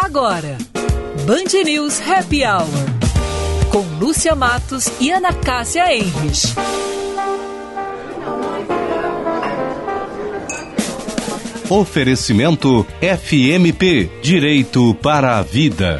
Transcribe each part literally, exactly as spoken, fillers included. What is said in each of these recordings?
Agora, Band News Happy Hour, com Lúcia Matos e Ana Cássia Enres. Oferecimento F M P, Direito para a Vida.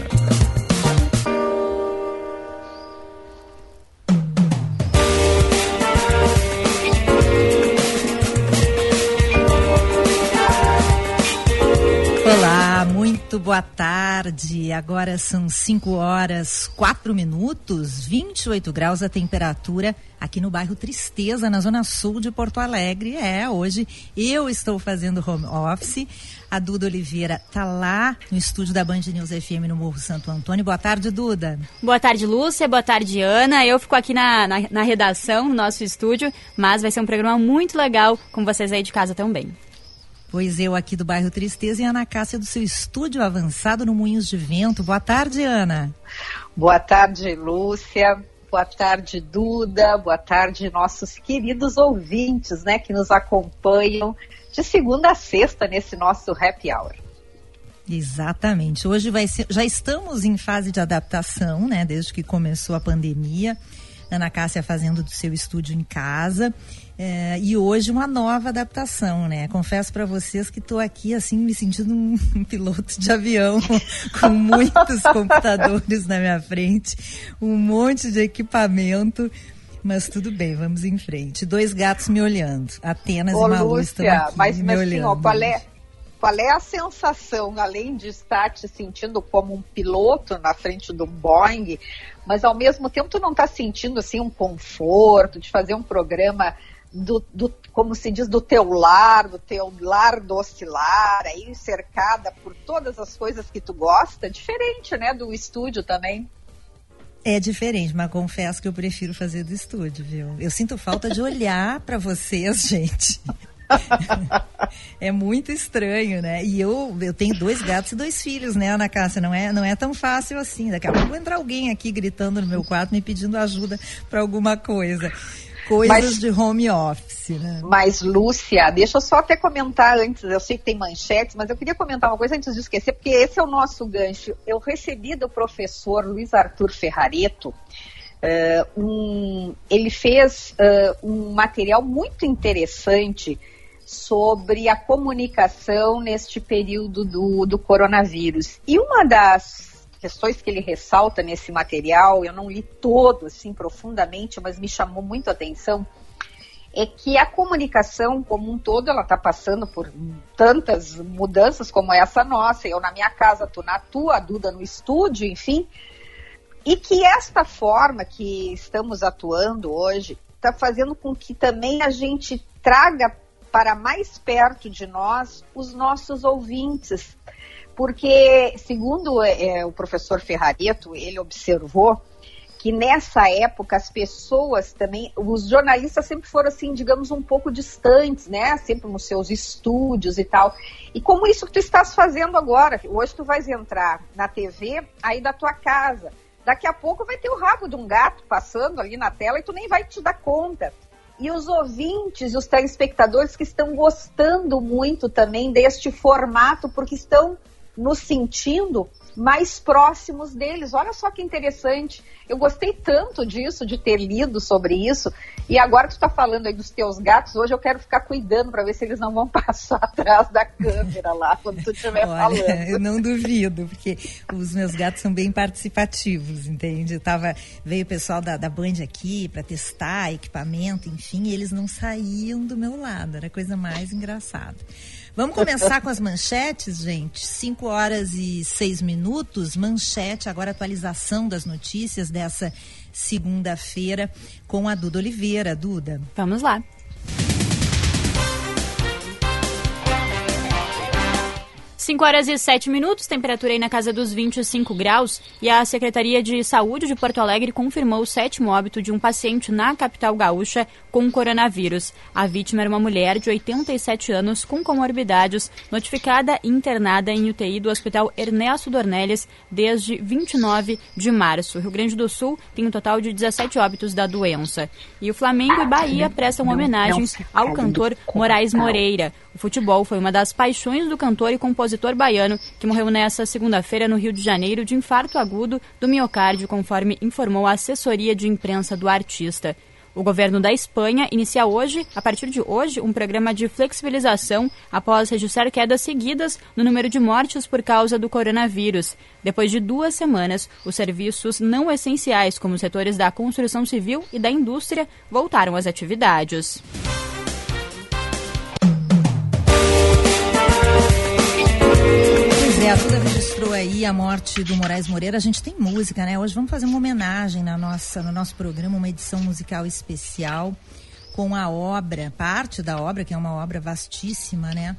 Olá, muito boa tarde. Agora são cinco horas, quatro minutos, vinte e oito graus a temperatura aqui no bairro Tristeza, na zona sul de Porto Alegre. É, hoje eu estou fazendo home office. A Duda Oliveira está lá no estúdio da Band News F M no Morro Santo Antônio. Boa tarde, Duda. Boa tarde, Lúcia. Boa tarde, Ana. Eu fico aqui na, na, na redação, no nosso estúdio, mas vai ser um programa muito legal com vocês aí de casa também. Pois eu aqui do bairro Tristeza e a Ana Cássia do seu estúdio avançado no Moinhos de Vento. Boa tarde, Ana. Boa tarde, Lúcia. Boa tarde, Duda. Boa tarde, nossos queridos ouvintes, né, que nos acompanham de segunda a sexta nesse nosso Happy Hour. Exatamente. Hoje vai ser, já estamos em fase de adaptação, né, desde que começou a pandemia. Ana Cássia fazendo do seu estúdio em casa. É, e hoje uma nova adaptação, né? Confesso para vocês que estou aqui, assim, me sentindo um piloto de avião com muitos computadores na minha frente, um monte de equipamento, mas tudo bem, vamos em frente. Dois gatos me olhando, Atenas Ô, e Malu Lúcia, estão aqui mas, me mas, olhando. Assim, ó, qual é, qual é a sensação, além de estar te sentindo como um piloto na frente do Boeing, mas ao mesmo tempo tu não está sentindo assim um conforto de fazer um programa do, do, como se diz, do teu lar, do teu lar doce lar, aí cercada por todas as coisas que tu gosta, diferente, né, do estúdio também. É diferente, mas confesso que eu prefiro fazer do estúdio, viu? Eu sinto falta de olhar para vocês, gente. É muito estranho, né? E eu, eu tenho dois gatos e dois filhos, né, Ana Cássia? Não é, não é tão fácil assim. Daqui a pouco vai entrar alguém aqui gritando no meu quarto, me pedindo ajuda para alguma coisa. Coisas mas, de home office, né? Mas, Lúcia, deixa eu só até comentar antes, eu sei que tem manchetes, mas eu queria comentar uma coisa antes de esquecer, porque esse é o nosso gancho. Eu recebi do professor Luiz Arthur Ferrareto, uh, um, ele fez uh, um material muito interessante sobre a comunicação neste período do, do coronavírus. E uma das questões que ele ressalta nesse material, eu não li todo assim profundamente, mas me chamou muito a atenção, é que a comunicação como um todo, ela está passando por tantas mudanças como essa nossa, eu na minha casa, tu na tua, a Duda no estúdio, enfim, e que esta forma que estamos atuando hoje está fazendo com que também a gente traga para mais perto de nós os nossos ouvintes, porque, segundo é, o professor Ferrareto, ele observou que nessa época as pessoas também, os jornalistas sempre foram assim, digamos, um pouco distantes, né, sempre nos seus estúdios e tal, e como isso que tu estás fazendo agora, hoje tu vais entrar na T V aí da tua casa, daqui a pouco vai ter o rabo de um gato passando ali na tela e tu nem vai te dar conta. E os ouvintes, os telespectadores que estão gostando muito também deste formato, porque estão nos sentindo mais próximos deles. Olha só que interessante. Eu gostei tanto disso, de ter lido sobre isso. E agora que tu está falando aí dos teus gatos, hoje eu quero ficar cuidando para ver se eles não vão passar atrás da câmera lá, quando tu estiver falando. Eu não duvido, porque os meus gatos são bem participativos, entende? Eu tava, veio o pessoal da, da Band aqui para testar equipamento, enfim, e eles não saíam do meu lado. Era a coisa mais engraçada. Vamos começar com as manchetes, gente. cinco horas e seis minutos. Manchete, agora atualização das notícias dessa segunda-feira com a Duda Oliveira. Duda. Vamos lá. cinco horas e sete minutos, temperatura aí na casa dos vinte e cinco graus, e a Secretaria de Saúde de Porto Alegre confirmou o sétimo óbito de um paciente na capital gaúcha com coronavírus. A vítima era uma mulher de oitenta e sete anos com comorbidades, notificada e internada em U T I do Hospital Ernesto Dornelles desde vinte e nove de março. O Rio Grande do Sul tem um total de dezessete óbitos da doença. E o Flamengo e Bahia prestam homenagens ao cantor Moraes Moreira. O futebol foi uma das paixões do cantor e compositor baiano, que morreu nesta segunda-feira no Rio de Janeiro de infarto agudo do miocárdio, conforme informou a assessoria de imprensa do artista. O governo da Espanha inicia hoje, a partir de hoje, um programa de flexibilização após registrar quedas seguidas no número de mortes por causa do coronavírus. Depois de duas semanas, os serviços não essenciais, como os setores da construção civil e da indústria, voltaram às atividades. A Duda registrou aí a morte do Moraes Moreira. A gente tem música, né? Hoje vamos fazer uma homenagem na nossa, no nosso programa, uma edição musical especial com a obra, parte da obra, que é uma obra vastíssima, né?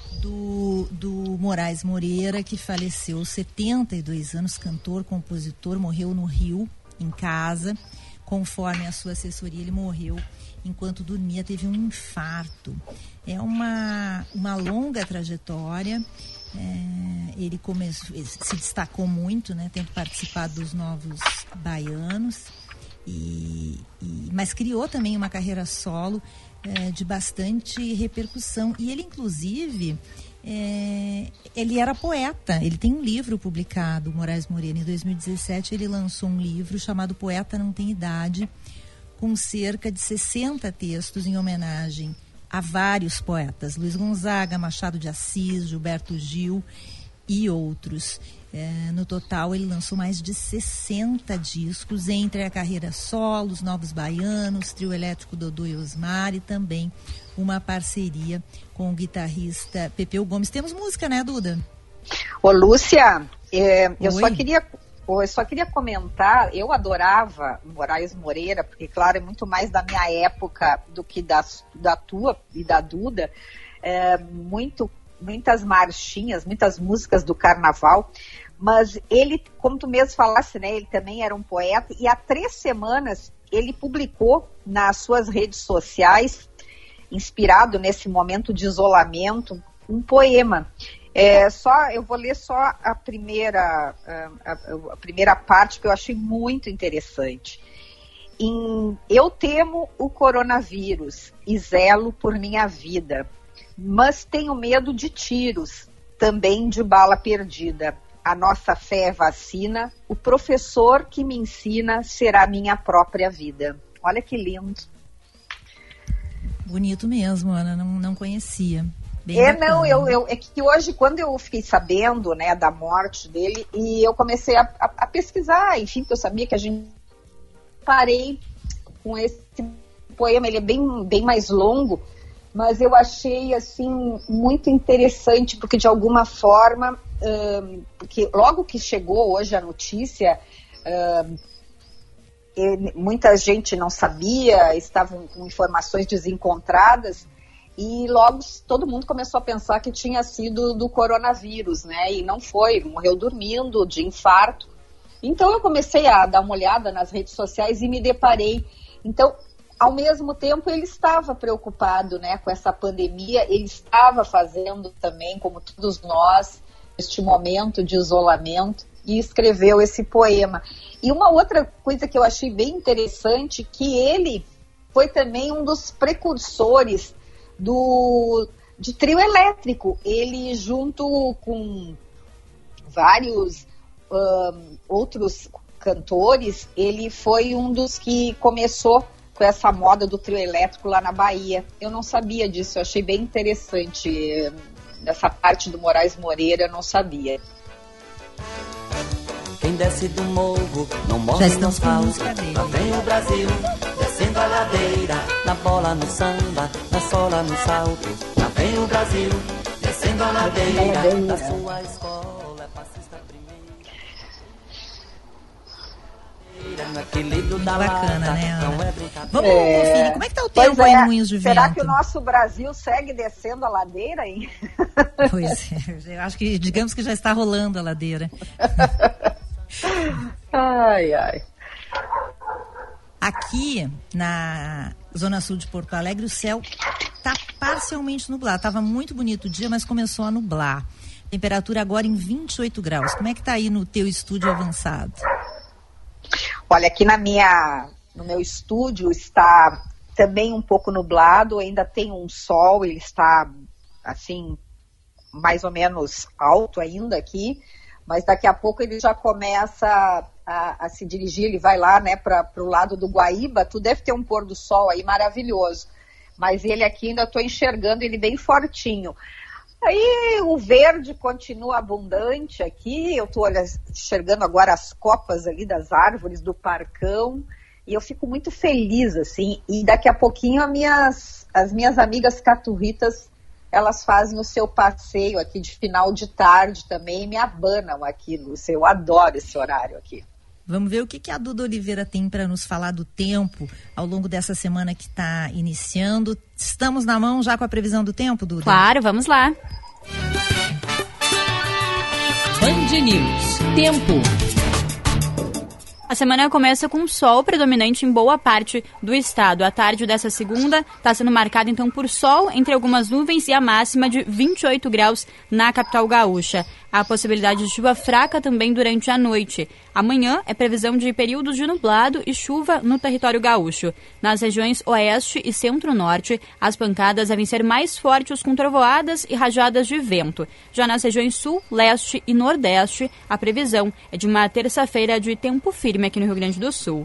Do, do Moraes Moreira, que faleceu aos setenta e dois anos, cantor, compositor, morreu no Rio, em casa. Conforme a sua assessoria, ele morreu enquanto dormia, teve um infarto. É uma, uma longa trajetória. É, ele começou, se destacou muito, né? Tem participado dos Novos Baianos, e, e, mas criou também uma carreira solo é, de bastante repercussão. E ele, inclusive, é, ele era poeta. Ele tem um livro publicado, Moraes Moreira. Em dois mil e dezessete, ele lançou um livro chamado Poeta Não Tem Idade, com cerca de sessenta textos em homenagem a vários poetas, Luiz Gonzaga, Machado de Assis, Gilberto Gil e outros. É, no total, ele lançou mais de sessenta discos, entre a carreira solo, os Novos Baianos, Trio Elétrico Dodô e Osmar, e também uma parceria com o guitarrista Pepeu Gomes. Temos música, né, Duda? Ô, Lúcia, é, eu só queria... Eu só queria comentar, eu adorava Moraes Moreira, porque, claro, é muito mais da minha época do que da, da tua e da Duda. É, muito, muitas marchinhas, muitas músicas do carnaval. Mas ele, como tu mesmo falasse, né, ele também era um poeta. E há três semanas ele publicou nas suas redes sociais, inspirado nesse momento de isolamento, um poema. É, só, eu vou ler só a primeira, a, a, a primeira parte, que eu achei muito interessante. Em, eu temo o coronavírus e zelo por minha vida, mas tenho medo de tiros, também de bala perdida. A nossa fé é vacina, o professor que me ensina será minha própria vida. Olha que lindo. Bonito mesmo, Ana, não, não conhecia. Bem é, bacana. não, eu, eu, é que hoje, quando eu fiquei sabendo, né, da morte dele, e eu comecei a, a, a pesquisar, enfim, porque eu sabia que a gente... Parei com esse poema, ele é bem, bem mais longo, mas eu achei, assim, muito interessante, porque de alguma forma, um, porque logo que chegou hoje a notícia, um, ele, muita gente não sabia, estavam com informações desencontradas, e logo todo mundo começou a pensar que tinha sido do coronavírus, né? E não foi, morreu dormindo, de infarto. Então eu comecei a dar uma olhada nas redes sociais e me deparei. Então, ao mesmo tempo, ele estava preocupado, né, com essa pandemia, ele estava fazendo também, como todos nós, este momento de isolamento, e escreveu esse poema. E uma outra coisa que eu achei bem interessante, que ele foi também um dos precursores Do, de trio elétrico. Ele, junto com vários um, outros cantores, ele foi um dos que começou com essa moda do trio elétrico lá na Bahia. Eu não sabia disso, eu achei bem interessante. Dessa parte do Moraes Moreira, eu não sabia. Quem desce do morro não morre no asfalto. Lá vem o Brasil, descendo a ladeira, na bola, no samba, na sola, no salto. Lá vem o Brasil, descendo a ladeira, da sua escola, passista primeira. No equilíbrio da bacana, né, Ana? É Vamos é... conferir, como é que tá o tempo é. aí no Moinhos de Vento? Será que o nosso Brasil segue descendo a ladeira, hein? Pois é, eu acho que, digamos que já está rolando a ladeira. Ai, ai. Aqui na Zona Sul de Porto Alegre, o céu está parcialmente nublado. Estava muito bonito o dia, mas começou a nublar. Temperatura agora em vinte e oito graus. Como é que está aí no teu estúdio avançado? Olha, aqui na minha, no meu estúdio está também um pouco nublado, ainda tem um sol, ele está assim, mais ou menos alto ainda aqui, mas daqui a pouco ele já começa a, a se dirigir, ele vai lá, né, para o lado do Guaíba. Tu deve ter um pôr do sol aí maravilhoso, mas ele aqui ainda estou enxergando ele bem fortinho. Aí o verde continua abundante aqui, eu estou enxergando agora as copas ali das árvores do parcão, e eu fico muito feliz, assim, e daqui a pouquinho as minhas, as minhas amigas caturritas, elas fazem o seu passeio aqui de final de tarde também, e me abanam aqui, Lúcia, eu adoro esse horário aqui. Vamos ver o que, que a Duda Oliveira tem para nos falar do tempo ao longo dessa semana que está iniciando. Estamos na mão já com a previsão do tempo, Duda? Claro, vamos lá. Band News. Tempo. A semana começa com sol predominante em boa parte do estado. A tarde dessa segunda está sendo marcada então por sol entre algumas nuvens e a máxima de vinte e oito graus na capital gaúcha. Há possibilidade de chuva fraca também durante a noite. Amanhã é previsão de períodos de nublado e chuva no território gaúcho. Nas regiões oeste e centro-norte, as pancadas devem ser mais fortes com trovoadas e rajadas de vento. Já nas regiões sul, leste e nordeste, a previsão é de uma terça-feira de tempo firme aqui no Rio Grande do Sul.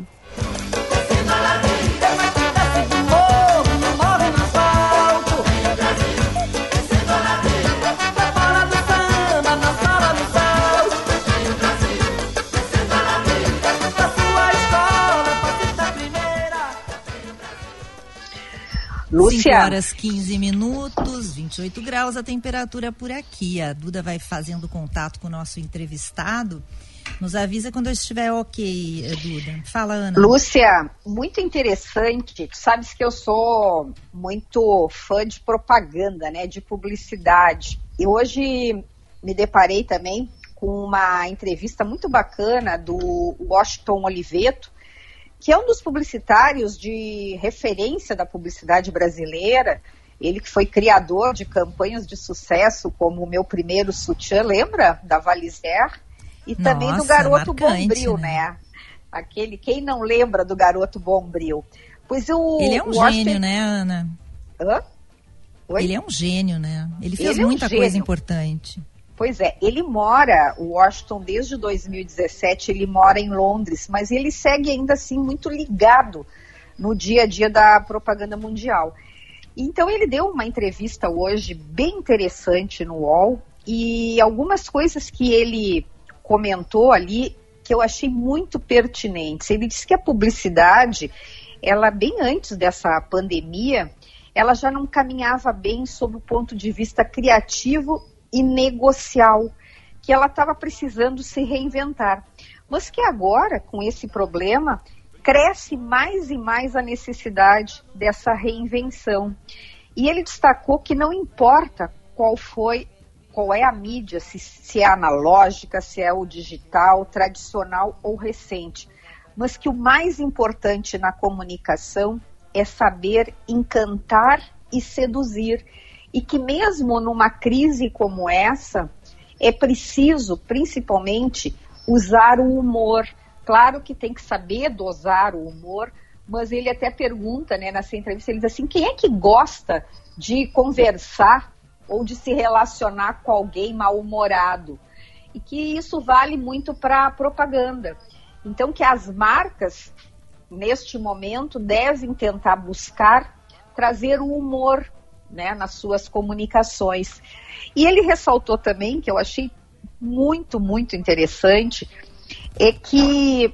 Lúcia. cinco horas quinze minutos, vinte e oito graus a temperatura por aqui. A Duda vai fazendo contato com o nosso entrevistado. Nos avisa quando eu estiver ok, Duda. Fala, Ana. Lúcia, muito interessante. Tu sabes que eu sou muito fã de propaganda, né, de publicidade. E hoje me deparei também com uma entrevista muito bacana do Washington Oliveto, que é um dos publicitários de referência da publicidade brasileira. Ele que foi criador de campanhas de sucesso como O Meu Primeiro Sutiã, lembra? Da Valizer. E Nossa, também do Garoto marcante, Bombril, né? né? Aquele, quem não lembra do Garoto Bombril? Pois o, Ele é um o gênio, Washington... né, Ana? Hã? Oi? Ele é um gênio, né? Ele fez Ele é um muita gênio. coisa importante. Pois é, ele mora, o Washington, desde dois mil e dezessete, ele mora em Londres, mas ele segue ainda assim muito ligado no dia a dia da propaganda mundial. Então ele deu uma entrevista hoje bem interessante no U O L, e algumas coisas que ele comentou ali que eu achei muito pertinentes. Ele disse que a publicidade, ela bem antes dessa pandemia, ela já não caminhava bem sob o ponto de vista criativo e negocial, que ela estava precisando se reinventar. Mas que agora, com esse problema, cresce mais e mais a necessidade dessa reinvenção. E ele destacou que não importa qual foi, qual é a mídia, se, se é analógica, se é o digital, tradicional ou recente, mas que o mais importante na comunicação é saber encantar e seduzir. E que mesmo numa crise como essa, é preciso, principalmente, usar o humor. Claro que tem que saber dosar o humor, mas ele até pergunta, né, nessa entrevista, ele diz assim, quem é que gosta de conversar ou de se relacionar com alguém mal-humorado? E que isso vale muito para a propaganda. Então, que as marcas, neste momento, devem tentar buscar trazer o humor, né, nas suas comunicações. E ele ressaltou também, que eu achei muito, muito interessante, é que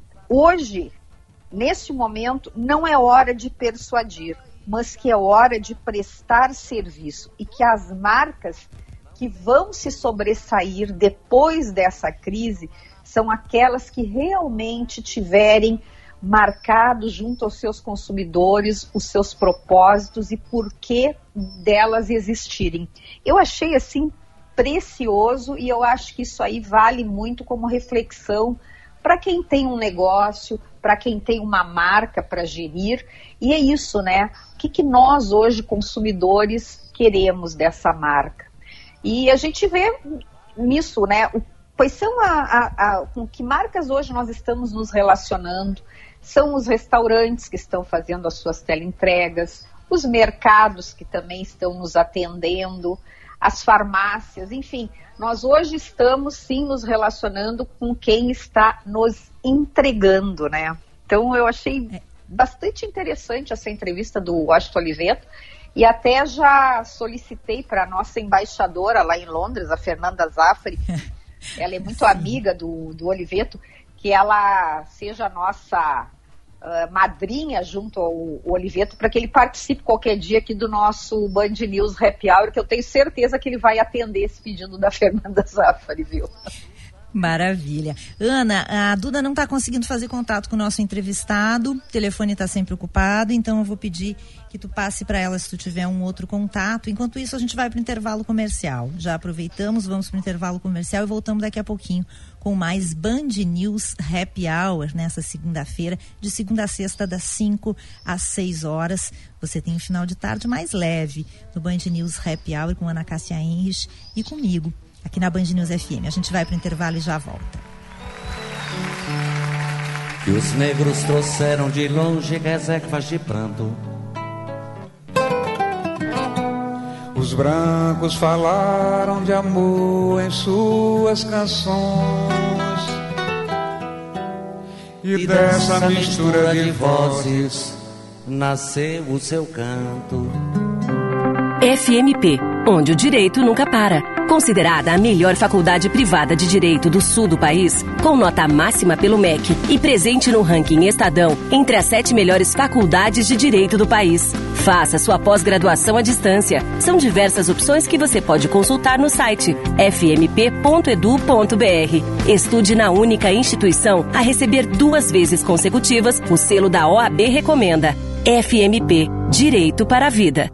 hoje, neste momento, não é hora de persuadir, mas que é hora de prestar serviço, e que as marcas que vão se sobressair depois dessa crise são aquelas que realmente tiverem marcado junto aos seus consumidores os seus propósitos e porquê delas existirem. Eu achei assim precioso, e eu acho que isso aí vale muito como reflexão para quem tem um negócio, para quem tem uma marca para gerir. E é isso, né? O que, que nós hoje, consumidores, queremos dessa marca? E a gente vê nisso, né? Pois são a, a, a, com que marcas hoje nós estamos nos relacionando. São os restaurantes que estão fazendo as suas teleentregas, os mercados que também estão nos atendendo, as farmácias, enfim, nós hoje estamos sim nos relacionando com quem está nos entregando, né? Então eu achei bastante interessante essa entrevista do Washington Oliveto e até já solicitei para a nossa embaixadora lá em Londres, a Fernanda Zaffari, ela é muito amiga do, do Oliveto, que ela seja a nossa uh, madrinha junto ao, ao Oliveto, para que ele participe qualquer dia aqui do nosso Band News Happy Hour, que eu tenho certeza que ele vai atender esse pedido da Fernanda Zaffari, viu? Maravilha. Ana, a Duda não está conseguindo fazer contato com o nosso entrevistado, o telefone está sempre ocupado, então eu vou pedir que tu passe para ela se tu tiver um outro contato. Enquanto isso, a gente vai para o intervalo comercial. Já aproveitamos, vamos para o intervalo comercial e voltamos daqui a pouquinho com mais Band News Happy Hour nessa segunda-feira, de segunda a sexta, das cinco às seis horas. Você tem um final de tarde mais leve no Band News Happy Hour com Ana Cássia Henrich e comigo, aqui na Band News F M. A gente vai para o intervalo e já volta. Que os negros trouxeram de longe reservas de pranto. Os brancos falaram de amor em suas canções. E, e dessa, dessa mistura, mistura de vozes nasceu o seu canto. F M P, onde o direito nunca para. Considerada a melhor faculdade privada de direito do sul do país, com nota máxima pelo M E C e presente no ranking Estadão entre as sete melhores faculdades de direito do país. Faça sua pós-graduação à distância. São diversas opções que você pode consultar no site f m p ponto e d u ponto b r. Estude na única instituição a receber duas vezes consecutivas o selo da O A B Recomenda. F M P, Direito para a Vida.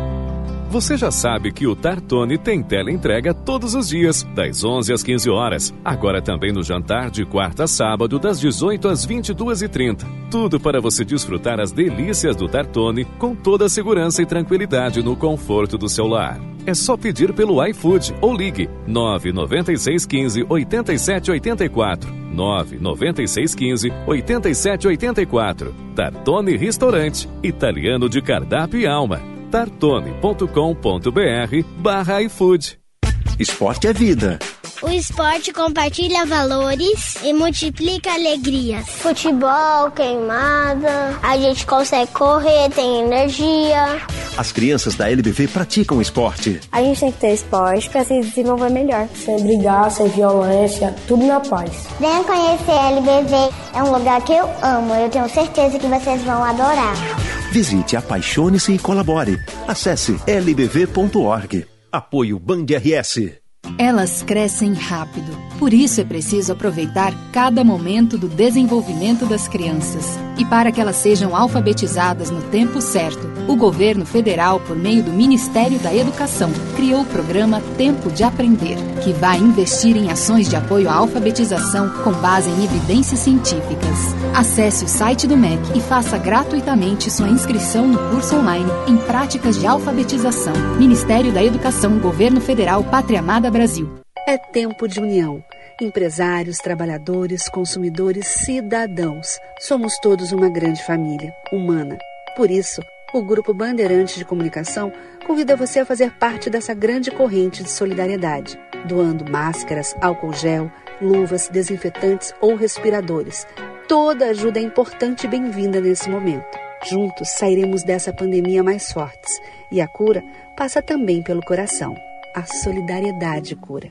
Você já sabe que o Tartone tem teleentrega todos os dias, das onze às quinze horas. Agora também no jantar de quarta a sábado, das dezoito às vinte e duas e trinta. Tudo para você desfrutar as delícias do Tartone com toda a segurança e tranquilidade no conforto do seu lar. É só pedir pelo iFood ou ligue nove nove seis um cinco oito sete oito quatro. nove nove seis um cinco oito sete oito quatro. Tartone Restaurante, italiano de cardápio e alma. tartone ponto com ponto b r barra iFood. Esporte é vida. O esporte compartilha valores e multiplica alegrias. Futebol, queimada, a gente consegue correr, tem energia. As crianças da L B V praticam esporte. A gente tem que ter esporte para se desenvolver melhor. Sem brigar, sem violência, tudo na paz. Venham conhecer a L B V, é um lugar que eu amo, eu tenho certeza que vocês vão adorar. Visite, apaixone-se e colabore. Acesse l b v ponto org. Apoio Band R S. Elas crescem rápido, por isso é preciso aproveitar cada momento do desenvolvimento das crianças. E para que elas sejam alfabetizadas no tempo certo, o governo federal, por meio do Ministério da Educação, criou o programa Tempo de Aprender, que vai investir em ações de apoio à alfabetização com base em evidências científicas. Acesse o site do M E C e faça gratuitamente sua inscrição no curso online em práticas de alfabetização. Ministério da Educação, Governo Federal, Pátria Amada Brasil. É tempo de união. Empresários, trabalhadores, consumidores, cidadãos. Somos todos uma grande família, humana. Por isso, o Grupo Bandeirantes de Comunicação convida você a fazer parte dessa grande corrente de solidariedade, doando máscaras, álcool gel, luvas, desinfetantes ou respiradores. Toda ajuda é importante e bem-vinda nesse momento. Juntos sairemos dessa pandemia mais fortes. E a cura passa também pelo coração. A solidariedade cura.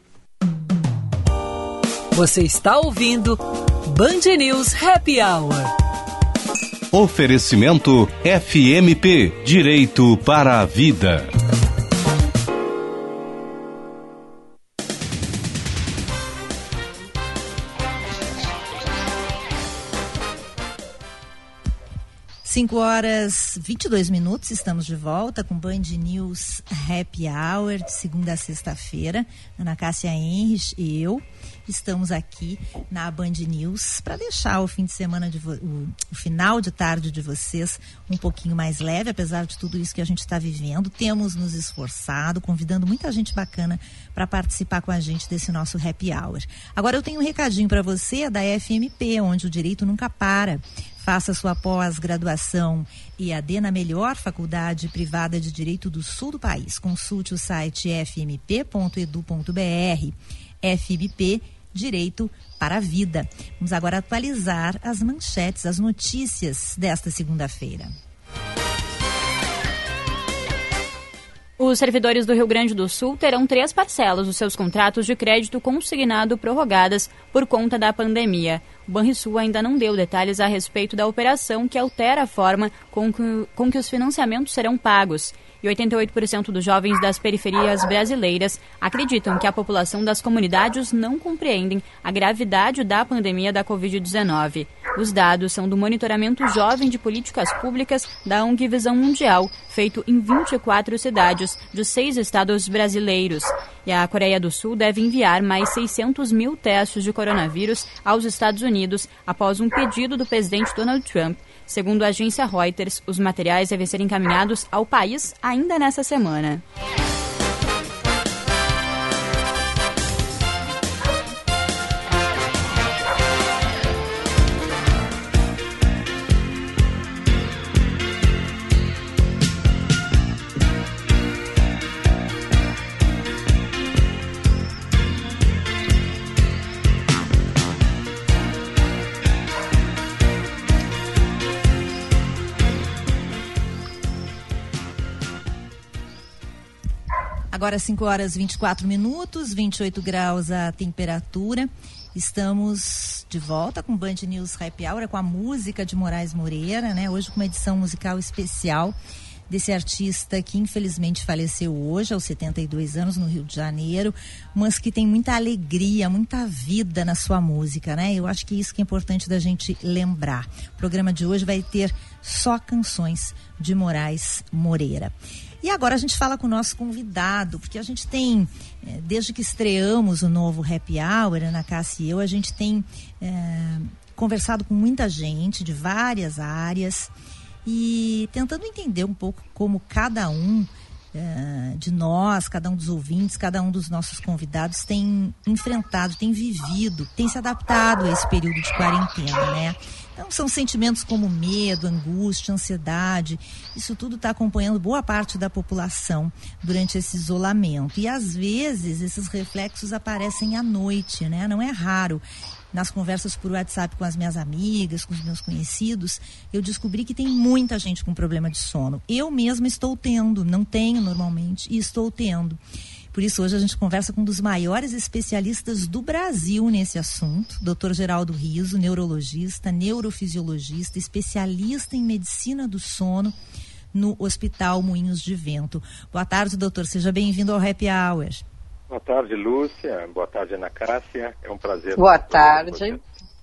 Você está ouvindo Band News Happy Hour. Oferecimento F M P, Direito para a Vida. cinco horas e vinte e dois minutos, estamos de volta com Band News Happy Hour, de segunda a sexta-feira. Ana Cássia Henrich e eu estamos aqui na Band News para deixar o fim de semana, de vo- o, o final de tarde de vocês um pouquinho mais leve, apesar de tudo isso que a gente está vivendo. Temos nos esforçado, convidando muita gente bacana para participar com a gente desse nosso Happy Hour. Agora eu tenho um recadinho para você da F M P, onde o direito nunca para. Faça sua pós-graduação E A D na melhor faculdade privada de Direito do sul do país. Consulte o site f m p ponto e d u ponto b r. F M P Direito para a Vida. Vamos agora atualizar as manchetes, as notícias desta segunda-feira. Os servidores do Rio Grande do Sul terão três parcelas dos seus contratos de crédito consignado prorrogadas por conta da pandemia. O Banrisul ainda não deu detalhes a respeito da operação que altera a forma com que, com que os financiamentos serão pagos. E oitenta e oito por cento dos jovens das periferias brasileiras acreditam que a população das comunidades não compreendem a gravidade da pandemia da covid dezenove. Os dados são do monitoramento jovem de políticas públicas da O N G Visão Mundial, feito em vinte e quatro cidades de seis estados brasileiros. E a Coreia do Sul deve enviar mais seiscentos mil testes de coronavírus aos Estados Unidos após um pedido do presidente Donald Trump. Segundo a agência Reuters, os materiais devem ser encaminhados ao país ainda nesta semana. Agora cinco horas e vinte e quatro minutos, vinte e oito graus a temperatura. Estamos de volta com Band News Happy Hour, com a música de Moraes Moreira, né? Hoje com uma edição musical especial desse artista que infelizmente faleceu hoje, aos setenta e dois anos, no Rio de Janeiro, mas que tem muita alegria, muita vida na sua música, né? Eu acho que isso que é importante da gente lembrar. O programa de hoje vai ter só canções de Moraes Moreira. E agora a gente fala com o nosso convidado, porque a gente tem, desde que estreamos o novo Happy Hour, Ana Cássia e eu, a gente tem é, conversado com muita gente de várias áreas e tentando entender um pouco como cada um é, de nós, cada um dos ouvintes, cada um dos nossos convidados tem enfrentado, tem vivido, tem se adaptado a esse período de quarentena, né? Então, são sentimentos como medo, angústia, ansiedade. Isso tudo está acompanhando boa parte da população durante esse isolamento. E, às vezes, esses reflexos aparecem à noite, né? Não é raro. Nas conversas por WhatsApp com as minhas amigas, com os meus conhecidos, eu descobri que tem muita gente com problema de sono. Eu mesma estou tendo, não tenho normalmente, e estou tendo. Por isso, hoje a gente conversa com um dos maiores especialistas do Brasil nesse assunto, doutor Geraldo Riso, neurologista, neurofisiologista, especialista em medicina do sono no Hospital Moinhos de Vento. Boa tarde, doutor. Seja bem-vindo ao Happy Hour. Boa tarde, Lúcia. Boa tarde, Ana Cássia. É um prazer. Boa tarde.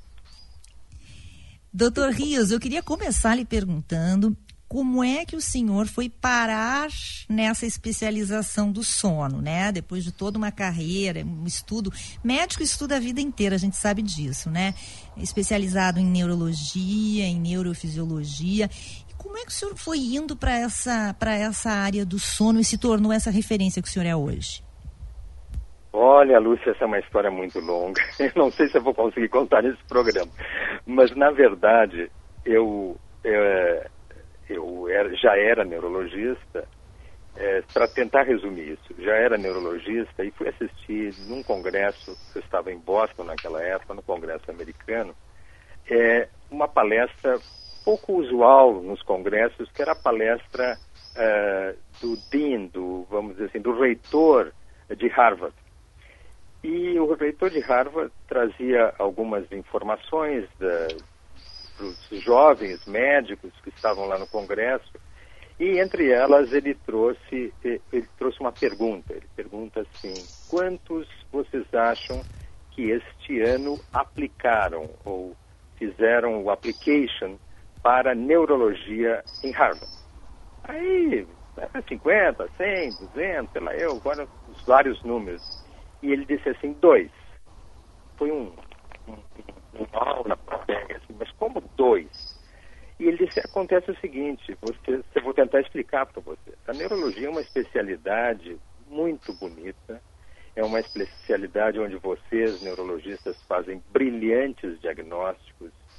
Doutor Riso, eu queria começar lhe perguntando como é que o senhor foi parar nessa especialização do sono, né? Depois de toda uma carreira, um estudo, médico estuda a vida inteira, a gente sabe disso, né? Especializado em neurologia, em neurofisiologia. E como é que o senhor foi indo para essa, para essa área do sono e se tornou essa referência que o senhor é hoje? Olha, Lúcia, essa é uma história muito longa. Eu não sei se eu vou conseguir contar nesse programa. Mas, na verdade, eu... eu Eu era, já era neurologista, é, para tentar resumir isso, já era neurologista e fui assistir num congresso, eu estava em Boston naquela época, no congresso americano, é, uma palestra pouco usual nos congressos, que era a palestra é, do dean, do, vamos dizer assim, do reitor de Harvard. E o reitor de Harvard trazia algumas informações da os jovens médicos que estavam lá no congresso, e entre elas ele trouxe, ele trouxe uma pergunta. Ele pergunta assim: quantos vocês acham que este ano aplicaram ou fizeram o application para neurologia em Harvard? Aí, cinquenta, cem, duzentos, sei lá eu, agora os vários números. E ele disse assim, dois. Foi um... um mal na plateia, assim, mas como dois? E ele disse, acontece o seguinte, você, eu vou tentar explicar para você. A neurologia é uma especialidade muito bonita, é uma especialidade onde vocês, neurologistas, fazem brilhantes diagnósticos,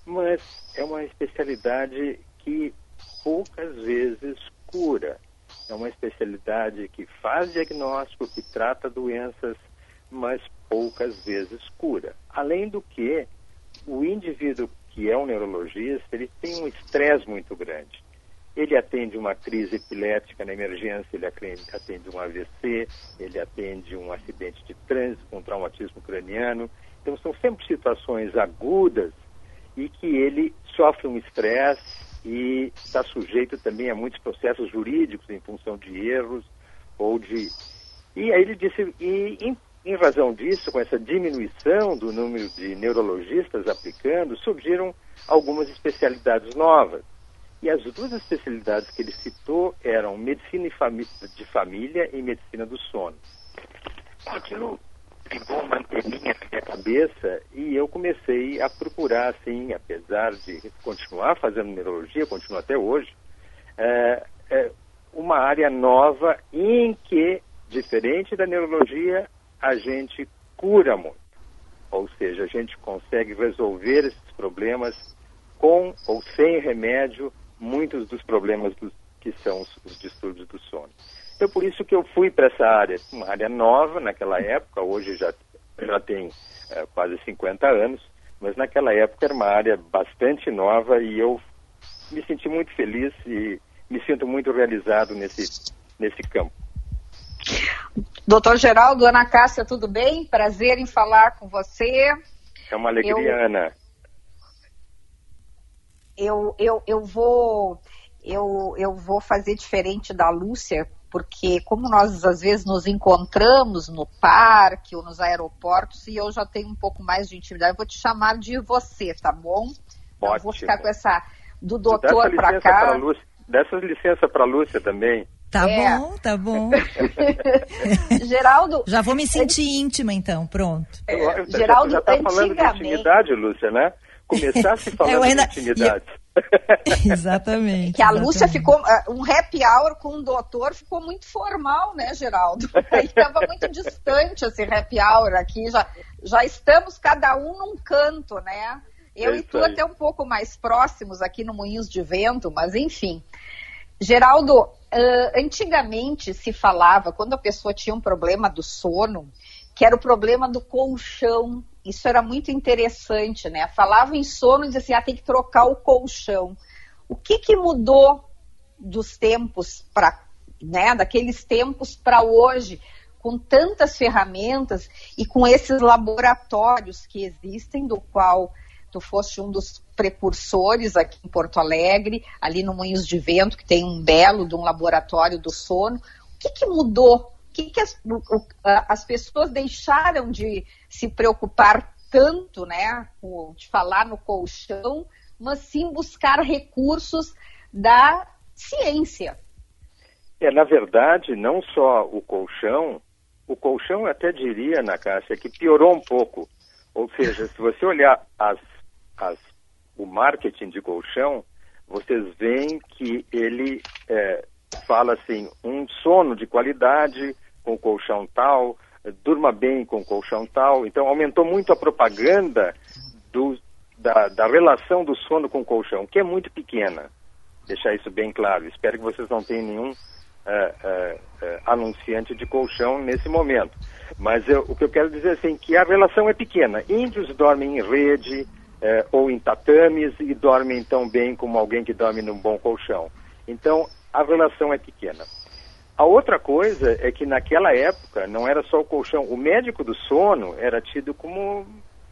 mas é uma especialidade que poucas vezes cura. É uma especialidade que faz diagnóstico, que trata doenças, mas poucas vezes cura. Além do que, o indivíduo que é um neurologista, ele tem um estresse muito grande. Ele atende uma crise epilética na emergência, ele atende um A V C, ele atende um acidente de trânsito, um traumatismo craniano. Então, são sempre situações agudas e que ele sofre um estresse e está sujeito também a muitos processos jurídicos em função de erros ou de... E aí ele disse, e em, em razão disso, com essa diminuição do número de neurologistas aplicando, surgiram algumas especialidades novas. E as duas especialidades que ele citou eram medicina de família e medicina do sono. Aquilo ficou uma anteninha na minha cabeça e eu comecei a procurar, assim, apesar de continuar fazendo neurologia, continuo até hoje, é, é uma área nova em que, diferente da neurologia, a gente cura muito. Ou seja, a gente consegue resolver esses problemas com ou sem remédio, muitos dos problemas do, que são os, os distúrbios do sono. Então, por isso que eu fui para essa área, uma área nova naquela época, hoje já, já tem é, quase cinquenta anos, mas naquela época era uma área bastante nova e eu me senti muito feliz e me sinto muito realizado nesse, nesse campo. Doutor Geraldo, Ana Cássia, tudo bem? Prazer em falar com você. É uma alegria, eu... Ana. Eu, eu, eu, vou, eu, eu vou fazer diferente da Lúcia, porque como nós às vezes nos encontramos no parque ou nos aeroportos, e eu já tenho um pouco mais de intimidade, eu vou te chamar de você, tá bom? Então, eu vou ficar com essa do doutor para cá. Lúcia, dessa licença para a Lúcia também. Tá é. bom, tá bom. Geraldo... Já vou me sentir é... íntima então, pronto. É, Geraldo, já está falando de intimidade, Lúcia, né? Começasse falando ainda... de intimidade. Exatamente. Que a exatamente. Lúcia ficou, uh, um happy hour com o doutor ficou muito formal, né, Geraldo? Estava muito distante esse happy hour aqui, já, já estamos cada um num canto, né? Eu é e tu aí. Até um pouco mais próximos aqui no Moinhos de Vento, mas enfim. Geraldo, uh, antigamente se falava, quando a pessoa tinha um problema do sono, que era o problema do colchão. Isso era muito interessante, né? Falava em sono e dizia assim, ah, tem que trocar o colchão. O que que mudou dos tempos para, né, daqueles tempos para hoje, com tantas ferramentas e com esses laboratórios que existem, do qual tu foste um dos precursores aqui em Porto Alegre, ali no Moinhos de Vento, que tem um belo de um laboratório do sono. O que que mudou? O que, que as, as pessoas deixaram de se preocupar tanto, né, de falar no colchão, mas sim buscar recursos da ciência? É, na verdade, não só o colchão, o colchão eu até diria, Ana Cássia, que piorou um pouco. Ou seja, se você olhar as, as, o marketing de colchão, vocês veem que ele... É, fala assim, um sono de qualidade com colchão tal, durma bem com colchão tal. Então, aumentou muito a propaganda do, da, da relação do sono com o colchão, que é muito pequena. Deixar isso bem claro. Espero que vocês não tenham nenhum uh, uh, uh, anunciante de colchão nesse momento. Mas eu, o que eu quero dizer assim, que a relação é pequena. Índios dormem em rede uh, ou em tatames e dormem tão bem como alguém que dorme num bom colchão. Então, a relação é pequena. A outra coisa é que naquela época não era só o colchão. O médico do sono era tido como,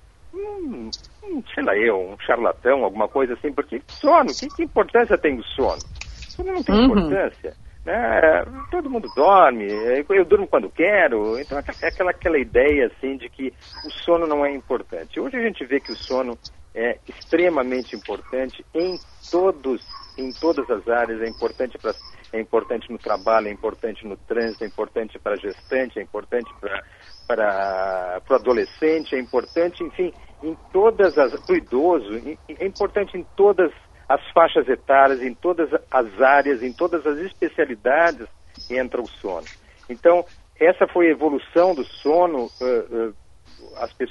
um, um, sei lá eu, um charlatão, alguma coisa assim, porque sono, que, que importância tem o sono? O sono não tem uhum. importância. Né? Todo mundo dorme, eu durmo quando quero. Então é aquela, aquela ideia assim de que o sono não é importante. Hoje a gente vê que o sono é extremamente importante em todos em todas as áreas, é importante, pra, é importante no trabalho, é importante no trânsito, é importante para a gestante, é importante para o adolescente, é importante, enfim, em todas as, para o idoso, é importante em todas as faixas etárias, em todas as áreas, em todas as especialidades entra o sono. Então, essa foi a evolução do sono, uh, uh, as pessoas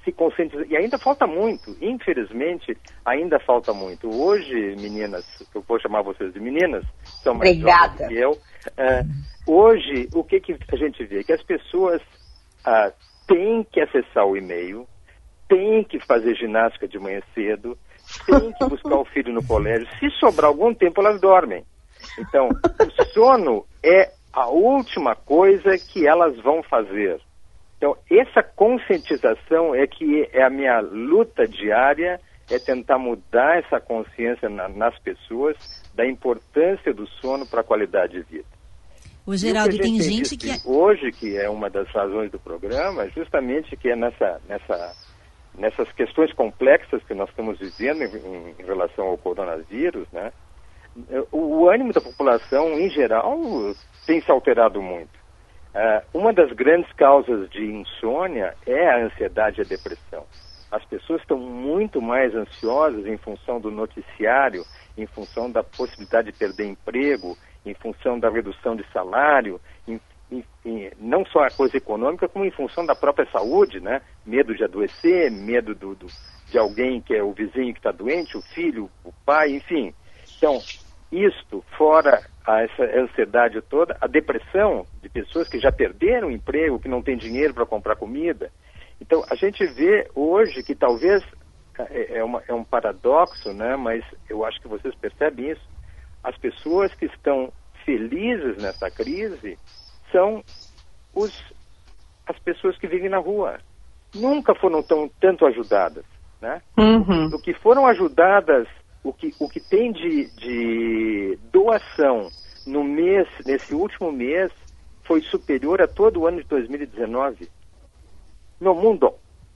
se conscientizar. E ainda falta muito, infelizmente, ainda falta muito. Hoje, meninas, eu vou chamar vocês de meninas, são mais Obrigada. jovens que eu. Uh, hoje, o que, que a gente vê? Que as pessoas uh, têm que acessar o e-mail, têm que fazer ginástica de manhã cedo, têm que buscar o filho no colégio. Se sobrar algum tempo, elas dormem. Então, o sono é a última coisa que elas vão fazer. Então, essa conscientização é que é a minha luta diária, é tentar mudar essa consciência na, nas pessoas da importância do sono para a qualidade de vida. O Geraldo, tem gente que... Hoje, que é uma das razões do programa, justamente que é nessa, nessa, nessas questões complexas que nós estamos vivendo em, em relação ao coronavírus, né? O, o ânimo da população, em geral, tem se alterado muito. Uh, uma das grandes causas de insônia é a ansiedade e a depressão. As pessoas estão muito mais ansiosas em função do noticiário, em função da possibilidade de perder emprego, em função da redução de salário, em, em, em, não só a coisa econômica, como em função da própria saúde, né? Medo de adoecer, medo do, do, de alguém que é o vizinho que está doente, o filho, o pai, enfim. Então, isto, fora a essa ansiedade toda, a depressão de pessoas que já perderam o emprego, que não têm dinheiro para comprar comida. Então, a gente vê hoje que talvez é, é, uma, é um paradoxo, né? Mas eu acho que vocês percebem isso. As pessoas que estão felizes nessa crise são os, as pessoas que vivem na rua. Nunca foram tão, tanto ajudadas, né? Uhum. O que foram ajudadas, o que, o que tem de, de doação no mês, nesse último mês, foi superior a todo o ano de dois mil e dezenove. No mundo.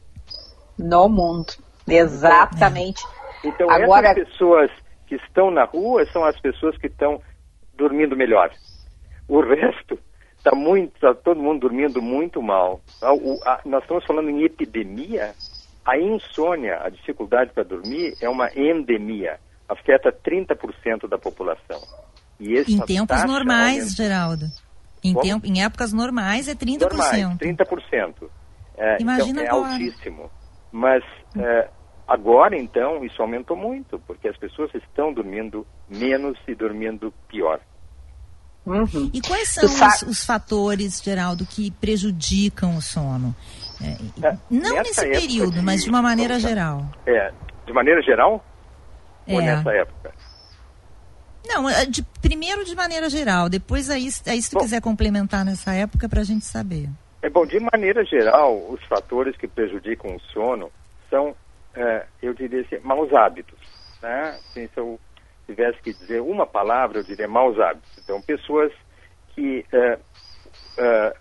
No mundo, exatamente. Então, Agora... essas pessoas que estão na rua são as pessoas que estão dormindo melhor. O resto está muito, tá todo mundo dormindo muito mal. O, a, nós estamos falando em epidemia. A insônia, a dificuldade para dormir, é uma endemia. Afeta trinta por cento da população. E em tempos normais, aumenta. Geraldo. Em, tempo, em épocas normais é trinta por cento. Normais, trinta por cento. É, Imagina então, é agora. altíssimo. Mas é, agora, então, isso aumentou muito, porque as pessoas estão dormindo menos e dormindo pior. Uhum. E quais são os, os fatores, Geraldo, que prejudicam o sono? É, é, não nesse período, de, mas de uma maneira geral. É, de maneira geral? É. Ou nessa época? Não, de, primeiro de maneira geral, depois aí, aí se tu bom, quiser complementar nessa época para a gente saber. É bom, de maneira geral, os fatores que prejudicam o sono são, é, eu diria assim, maus hábitos. Né? Assim, se eu tivesse que dizer uma palavra, eu diria maus hábitos. Então, pessoas que é, é,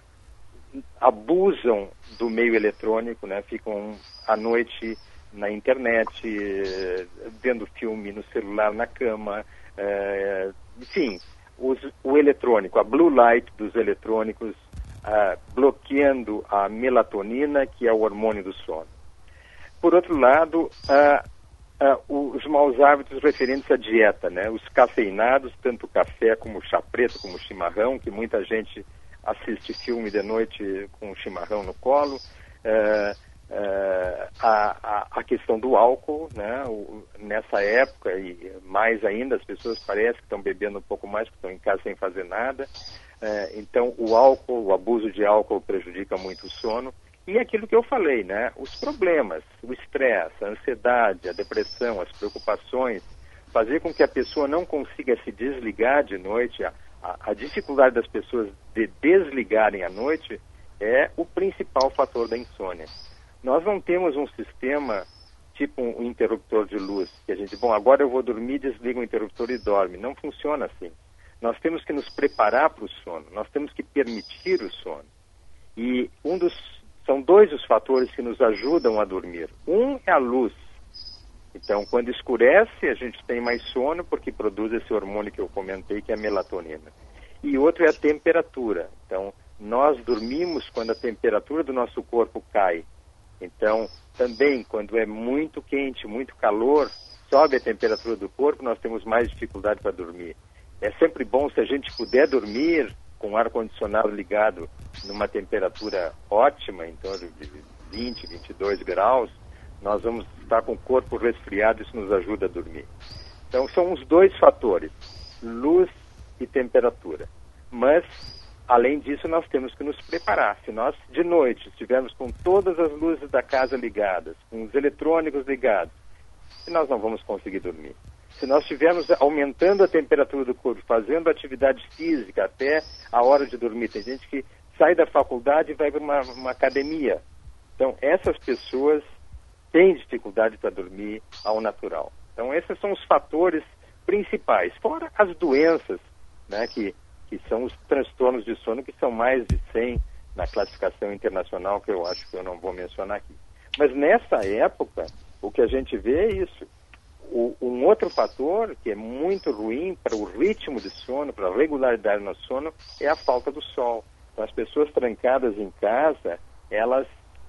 abusam do meio eletrônico, né? Ficam à noite na internet, eh, vendo filme no celular, na cama, eh, enfim, os, o eletrônico, a blue light dos eletrônicos, ah, bloqueando a melatonina, que é o hormônio do sono. Por outro lado, ah, ah, os maus hábitos referentes à dieta, né? Os cafeinados, tanto café como chá preto, como chimarrão, que muita gente assiste filme de noite com chimarrão no colo. Uh, uh, a, a, a questão do álcool, né? O, nessa época, e mais ainda, as pessoas parecem que estão bebendo um pouco mais, porque estão em casa sem fazer nada. Uh, então, o álcool, o abuso de álcool prejudica muito o sono. E aquilo que eu falei, né? Os problemas, o estresse, a ansiedade, a depressão, as preocupações, fazer com que a pessoa não consiga se desligar de noite, a, a, a dificuldade das pessoas de desligarem à noite é o principal fator da insônia. Nós não temos um sistema tipo um interruptor de luz, que a gente, bom, agora eu vou dormir, desliga o interruptor e dorme. Não funciona assim. Nós temos que nos preparar para o sono, nós temos que permitir o sono. E um dos, são dois os fatores que nos ajudam a dormir. Um é a luz. Então, quando escurece, a gente tem mais sono porque produz esse hormônio que eu comentei, que é a melatonina. E outro é a temperatura. Então, nós dormimos quando a temperatura do nosso corpo cai. Então, também, quando é muito quente, muito calor, sobe a temperatura do corpo, nós temos mais dificuldade para dormir. É sempre bom, se a gente puder dormir com o ar-condicionado ligado numa temperatura ótima, então de vinte, vinte e dois graus, nós vamos estar com o corpo resfriado, isso nos ajuda a dormir. Então são os dois fatores, luz e temperatura. Mas, além disso, nós temos que nos preparar. Se nós, de noite, estivermos com todas as luzes da casa ligadas, com os eletrônicos ligados, nós não vamos conseguir dormir. Se nós estivermos aumentando a temperatura do corpo, fazendo atividade física até a hora de dormir, tem gente que sai da faculdade e vai para uma, uma academia. Então, essas pessoas têm dificuldade para dormir ao natural. Então, esses são os fatores principais. Fora as doenças, né, que, que são os transtornos de sono, que são mais de cem na classificação internacional, que eu acho que eu não vou mencionar aqui. Mas nessa época, o que a gente vê é isso. O, um outro fator que é muito ruim para o ritmo de sono, para a regularidade no sono, é a falta do sol. Então, as pessoas trancadas em casa, elas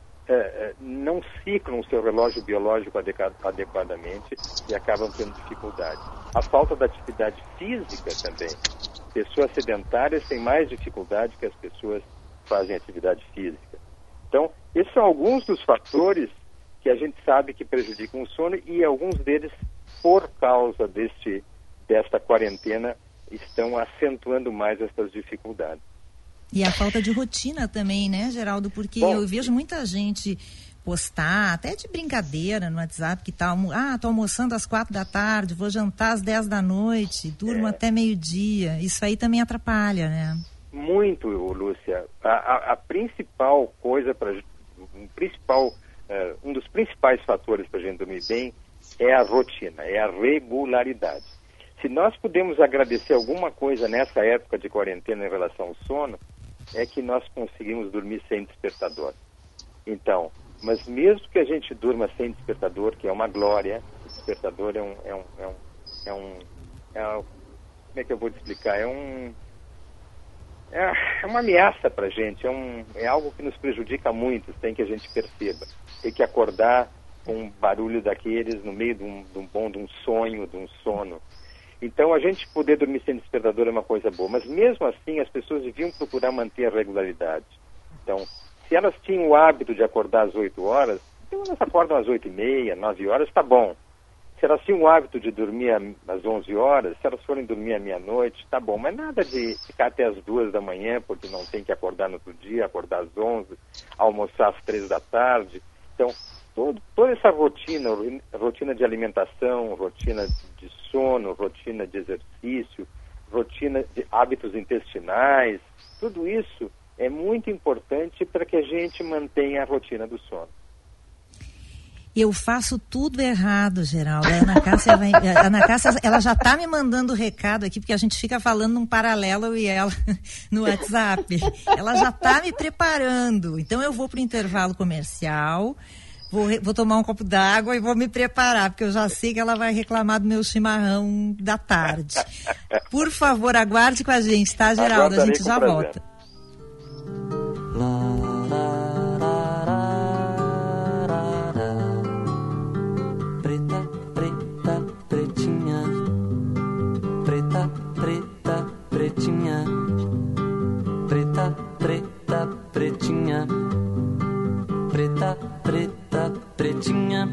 eh, não ciclam o seu relógio biológico adequadamente e acabam tendo dificuldade. A falta da atividade física também. Pessoas sedentárias têm mais dificuldade que as pessoas que fazem atividade física. Então, esses são alguns dos fatores que a gente sabe que prejudicam o sono e alguns deles, por causa deste, desta quarentena, estão acentuando mais essas dificuldades. E a falta de rotina também, né, Geraldo? Porque Bom, eu vejo muita gente postar, até de brincadeira no WhatsApp, que tá, ah, tô almoçando às quatro da tarde, vou jantar às dez da noite, durmo é. até meio-dia. Isso aí também atrapalha, né? Muito, Lúcia. A, a, a principal coisa, para o principal... Uh, um dos principais fatores para a gente dormir bem é a rotina, é a regularidade. Se nós podemos agradecer alguma coisa nessa época de quarentena em relação ao sono, é que nós conseguimos dormir sem despertador. Então, mas mesmo que a gente durma sem despertador, que é uma glória, o despertador é um... É um, é um, é um, é um como é que eu vou te explicar? É um... É uma ameaça para a gente, é, um, é algo que nos prejudica muito, tem que a gente perceba. Tem que acordar com um barulho daqueles no meio de um, de um bom, de um sonho, de um sono. Então, a gente poder dormir sem despertador é uma coisa boa, mas mesmo assim as pessoas deviam procurar manter a regularidade. Então, se elas tinham o hábito de acordar às oito horas, então elas acordam às oito e meia, nove horas, tá bom. Se elas tinham o hábito de dormir às onze horas, se elas forem dormir à meia-noite, tá bom. Mas nada de ficar até as duas da manhã, porque não tem que acordar no outro dia, acordar às onze, almoçar às três da tarde. Então, todo, toda essa rotina, rotina de alimentação, rotina de sono, rotina de exercício, rotina de hábitos intestinais, tudo isso é muito importante para que a gente mantenha a rotina do sono. Eu faço tudo errado, Geraldo. A Ana Cássia, vai, a Ana Cássia ela já está me mandando recado aqui, porque a gente fica falando num paralelo e ela no WhatsApp. Ela já está me preparando. Então eu vou para o intervalo comercial, vou, vou tomar um copo d'água e vou me preparar, porque eu já sei que ela vai reclamar do meu chimarrão da tarde. Por favor, aguarde com a gente, tá, Geraldo? A gente já volta. Pretinha, preta, preta, pretinha, preta, preta, pretinha.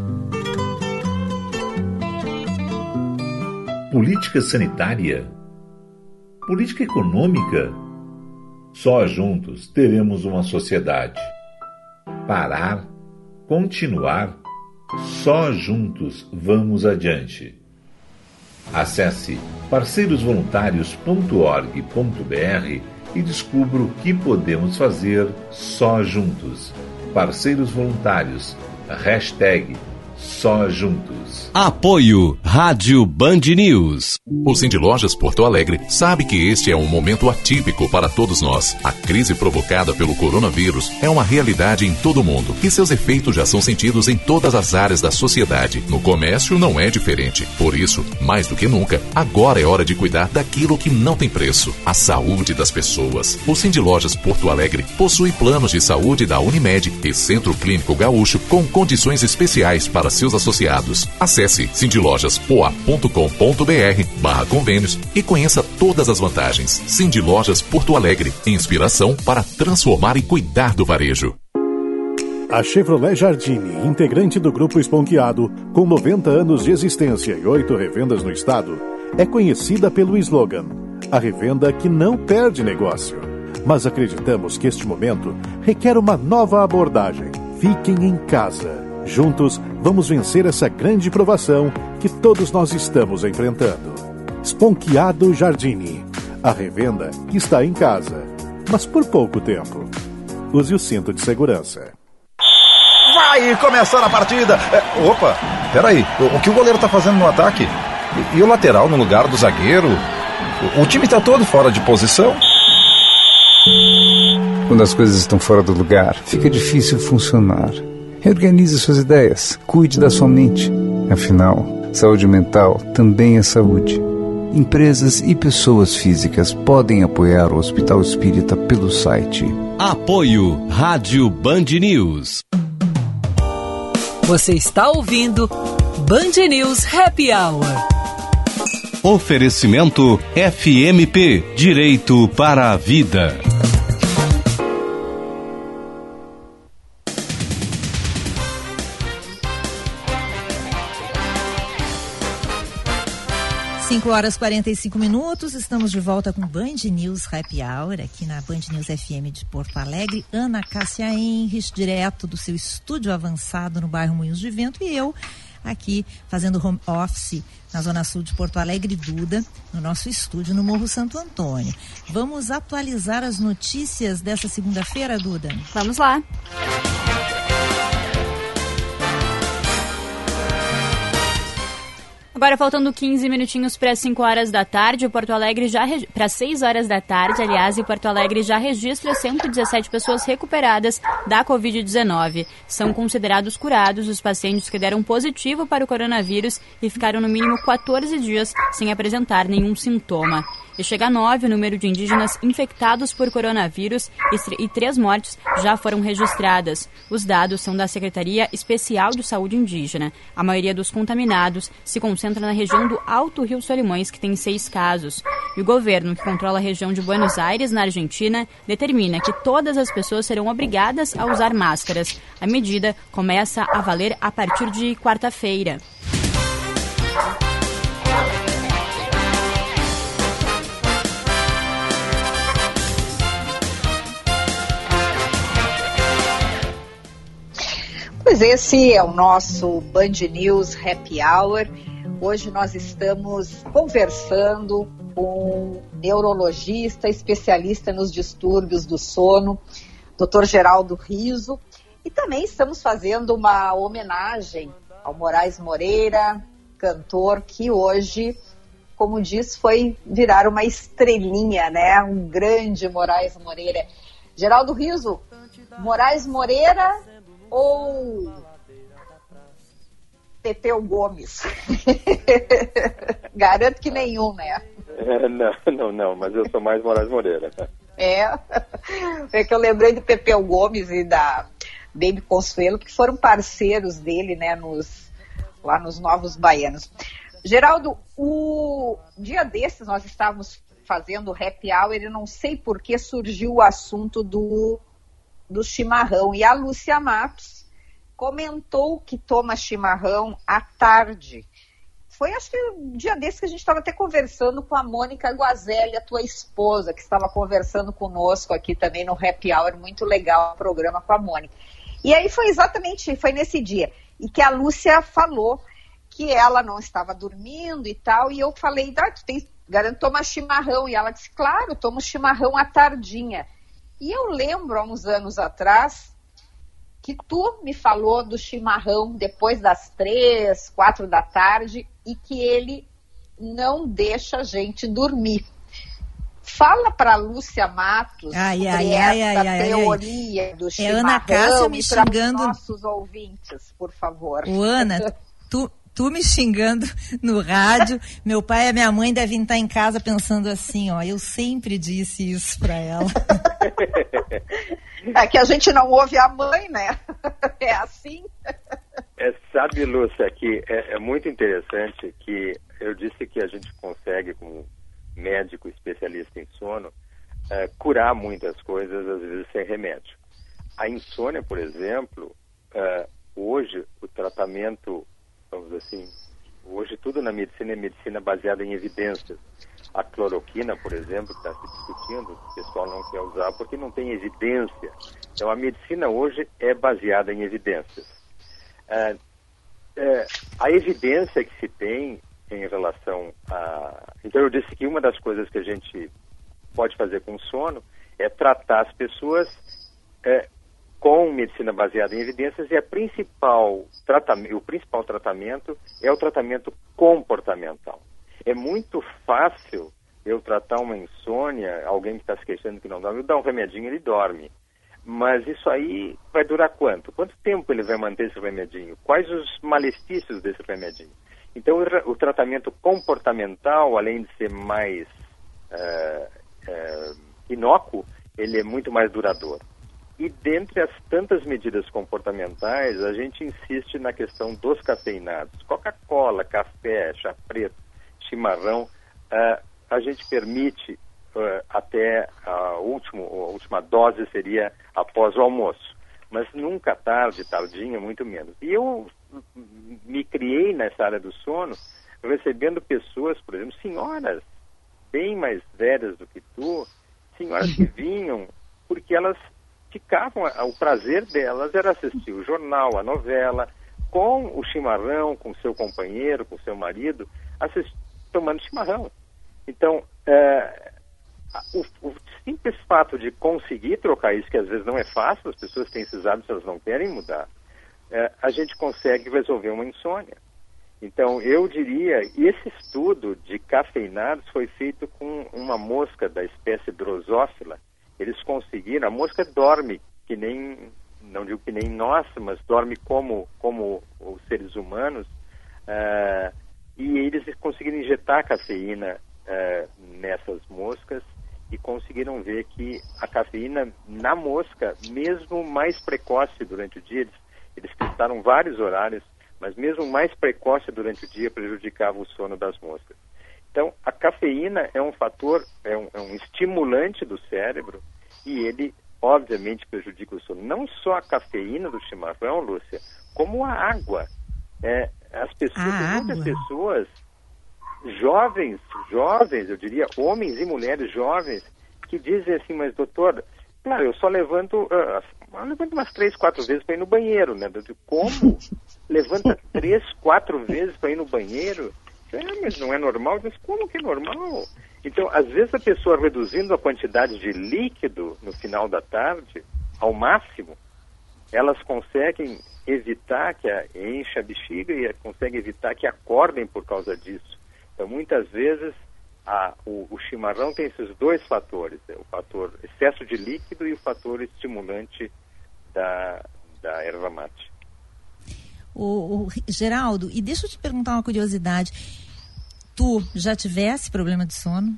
Política sanitária? Política econômica? Só juntos teremos uma sociedade. Parar, continuar, só juntos vamos adiante. Acesse parceiros voluntários ponto org ponto br e descubra o que podemos fazer só juntos. Parceiros voluntários, hashtag só juntos. Apoio Rádio Band News. O Cindy Lojas Porto Alegre sabe que este é um momento atípico para todos nós. A crise provocada pelo coronavírus é uma realidade em todo o mundo e seus efeitos já são sentidos em todas as áreas da sociedade. No comércio não é diferente. Por isso, mais do que nunca, agora é hora de cuidar daquilo que não tem preço: a saúde das pessoas. O Cindy Lojas Porto Alegre possui planos de saúde da Unimed e Centro Clínico Gaúcho com condições especiais para seus associados. Acesse cindy lojas poa ponto com ponto br barra convênios e conheça todas as vantagens. Cindy Lojas Porto Alegre, inspiração para transformar e cuidar do varejo. A Chevrolet Jardine, integrante do Grupo Esponquiado, com noventa anos de existência e oito revendas no estado, é conhecida pelo slogan: a revenda que não perde negócio. Mas acreditamos que este momento requer uma nova abordagem. Fiquem em casa. Juntos, vamos vencer essa grande provação que todos nós estamos enfrentando. Esponquiado Jardine, a revenda que está em casa, mas por pouco tempo. Use o cinto de segurança. Vai começar a partida! É, opa, peraí, o, o que o goleiro tá fazendo no ataque? E, e o lateral no lugar do zagueiro? O, o time tá todo fora de posição? Quando as coisas estão fora do lugar, fica difícil funcionar. Reorganize suas ideias, cuide da sua mente. Afinal, saúde mental também é saúde. Empresas e pessoas físicas podem apoiar o Hospital Espírita pelo site. Apoio Rádio Band News. Você está ouvindo Band News Happy Hour. Oferecimento F M P, Direito para a Vida. cinco horas e quarenta e cinco minutos, estamos de volta com Band News Happy Hour, aqui na Band News F M de Porto Alegre. Ana Cássia Henrich, direto do seu estúdio avançado no bairro Moinhos de Vento, e eu aqui fazendo home office na Zona Sul de Porto Alegre, Duda, no nosso estúdio no Morro Santo Antônio. Vamos atualizar as notícias dessa segunda-feira, Duda? Vamos lá. Agora, faltando quinze minutinhos para cinco horas da tarde, o Porto Alegre já reg... para seis horas da tarde, aliás, e Porto Alegre já registra cento e dezessete pessoas recuperadas da covid dezenove. São considerados curados os pacientes que deram positivo para o coronavírus e ficaram no mínimo quatorze dias sem apresentar nenhum sintoma. E chega a nove o número de indígenas infectados por coronavírus e três mortes já foram registradas. Os dados são da Secretaria Especial de Saúde Indígena. A maioria dos contaminados se concentra na região do Alto Rio Solimões, que tem seis casos. E o governo, que controla a região de Buenos Aires, na Argentina, determina que todas as pessoas serão obrigadas a usar máscaras. A medida começa a valer a partir de quarta-feira. Pois esse é o nosso Band News Happy Hour. Hoje nós estamos conversando com um neurologista, especialista nos distúrbios do sono, doutor Geraldo Riso, e também estamos fazendo uma homenagem ao Moraes Moreira, cantor que hoje, como diz, foi virar uma estrelinha, né? Um grande Moraes Moreira. Geraldo Riso, Moraes Moreira ou Pepeu Gomes? Garanto que nenhum, né? É, não, não, não, mas eu sou mais Moraes Moreira. É, é que eu lembrei do Pepeu Gomes e da Baby Consuelo, que foram parceiros dele, né, nos, lá nos Novos Baianos. Geraldo, o dia desses nós estávamos fazendo o Happy Hour e não sei por que surgiu o assunto do do chimarrão, e a Lúcia Matos comentou que toma chimarrão à tarde. Foi, acho que um dia desse que a gente estava até conversando com a Mônica Guazelli, a tua esposa, que estava conversando conosco aqui também no Happy Hour, muito legal o programa com a Mônica. E aí foi exatamente, foi nesse dia, e que a Lúcia falou que ela não estava dormindo e tal, e eu falei, ah, tu tem, garanto tomar chimarrão, e ela disse, claro, tomo chimarrão à tardinha. E eu lembro, há uns anos atrás, que tu me falou do chimarrão depois das três, quatro da tarde e que ele não deixa a gente dormir. Fala para Lúcia Matos ai, sobre ai, essa ai, ai, teoria ai. do É chimarrão Ana Cássia me e para xingando... os nossos ouvintes, por favor. O Ana, tu... Tu me xingando no rádio, meu pai e a minha mãe devem estar em casa pensando assim, ó, eu sempre disse isso pra ela. É que a gente não ouve a mãe, né? É assim. É, sabe, Lúcia, que é, é muito interessante que eu disse que a gente consegue, como médico especialista em sono, é, curar muitas coisas, às vezes sem remédio. A insônia, por exemplo, uh, hoje o tratamento, vamos assim, hoje tudo na medicina é medicina baseada em evidências. A cloroquina, por exemplo, está se discutindo, o pessoal não quer usar porque não tem evidência. Então, a medicina hoje é baseada em evidências. É, é, a evidência que se tem em relação a... Então, eu disse que uma das coisas que a gente pode fazer com o sono é tratar as pessoas é, com medicina baseada em evidências, e a principal tratamento, o principal tratamento é o tratamento comportamental. É muito fácil eu tratar uma insônia, alguém que está se queixando que não dorme, eu dar um remedinho, ele dorme. Mas isso aí vai durar quanto? Quanto tempo ele vai manter esse remedinho? Quais os malefícios desse remedinho? Então, o, o tratamento comportamental, além de ser mais uh, uh, inócuo, ele é muito mais duradouro. E dentre as tantas medidas comportamentais, a gente insiste na questão dos cafeinados. Coca-Cola, café, chá preto, chimarrão, uh, a gente permite uh, até a, último, a última dose seria após o almoço, mas nunca tarde, tardinha, muito menos. E eu me criei nessa área do sono recebendo pessoas, por exemplo, senhoras bem mais velhas do que tu, senhoras que vinham porque elas ficavam, o prazer delas era assistir o jornal, a novela, com o chimarrão, com seu companheiro, com seu marido, assist, tomando chimarrão. Então, é, o, o simples fato de conseguir trocar isso, que às vezes não é fácil, as pessoas têm esses hábitos, elas não querem mudar, é, a gente consegue resolver uma insônia. Então, eu diria, esse estudo de cafeinados foi feito com uma mosca da espécie Drosophila. Eles conseguiram, a mosca dorme, que nem, não digo que nem nós, mas dorme como, como os seres humanos, uh, e eles conseguiram injetar cafeína uh, nessas moscas e conseguiram ver que a cafeína na mosca, mesmo mais precoce durante o dia, eles, eles testaram vários horários, mas mesmo mais precoce durante o dia prejudicava o sono das moscas. Então, a cafeína é um fator, é um, é um estimulante do cérebro e ele, obviamente, prejudica o sono. Não só a cafeína do chimarrão, Lúcia, como a água. É, as pessoas, a muitas água. pessoas, jovens, jovens, eu diria, homens e mulheres jovens, que dizem assim, mas doutor, claro, eu só levanto, uh, eu levanto umas três, quatro vezes para ir no banheiro, né? Eu digo, como? Levanta três, quatro vezes para ir no banheiro? É, mas não é normal? Mas como que é normal? Então, às vezes a pessoa reduzindo a quantidade de líquido no final da tarde ao máximo, elas conseguem evitar que a, encha a bexiga e conseguem evitar que acordem por causa disso. Então, muitas vezes, a, o, o chimarrão tem esses dois fatores, é o fator excesso de líquido e o fator estimulante da, da erva mate. O, o Geraldo, e deixa eu te perguntar uma curiosidade. Tu já tivesse problema de sono?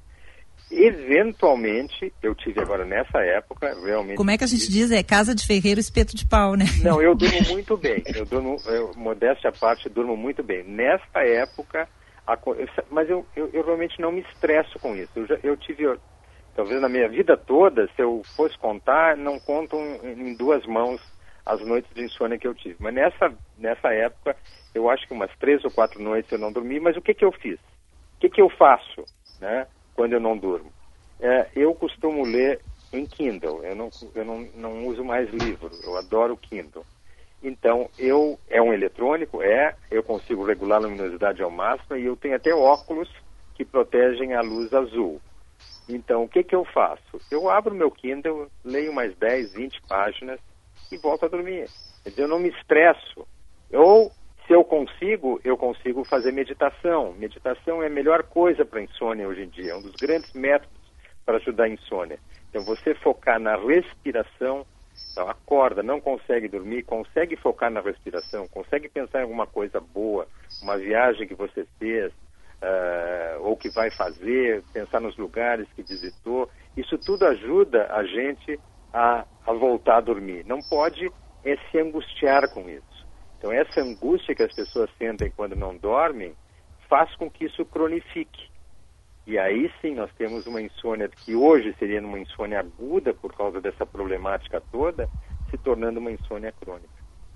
Eventualmente, eu tive agora nessa época, realmente... Como é que a gente diz? É casa de ferreiro, espeto de pau, né? Não, eu durmo muito bem. Eu durmo, eu, modéstia à parte, durmo muito bem. Nessa época, a, mas eu, eu, eu realmente não me estresso com isso. Eu, já, eu tive, talvez na minha vida toda, se eu fosse contar, não conto em, em duas mãos as noites de insônia que eu tive. Mas nessa, nessa época, eu acho que umas três ou quatro noites eu não dormi. Mas o que que eu fiz? O que que eu faço, né, quando eu não durmo? É, eu costumo ler em Kindle. Eu, não, eu não, não uso mais livro. Eu adoro Kindle. Então, eu é um eletrônico, é, eu consigo regular a luminosidade ao máximo e eu tenho até óculos que protegem a luz azul. Então, o que que eu faço? Eu abro meu Kindle, leio mais dez, vinte páginas e volto a dormir. Quer dizer, eu não me estresso. Ou, se eu consigo, eu consigo fazer meditação. Meditação é a melhor coisa para a insônia hoje em dia. É um dos grandes métodos para ajudar a insônia. Então, você focar na respiração. Então, acorda, não consegue dormir, consegue focar na respiração, consegue pensar em alguma coisa boa, uma viagem que você fez, uh, ou que vai fazer, pensar nos lugares que visitou. Isso tudo ajuda a gente a, a voltar a dormir. Não pode é se angustiar com isso. Então, essa angústia que as pessoas sentem quando não dormem faz com que isso cronifique. E aí sim nós temos uma insônia que hoje seria uma insônia aguda por causa dessa problemática toda, se tornando uma insônia crônica.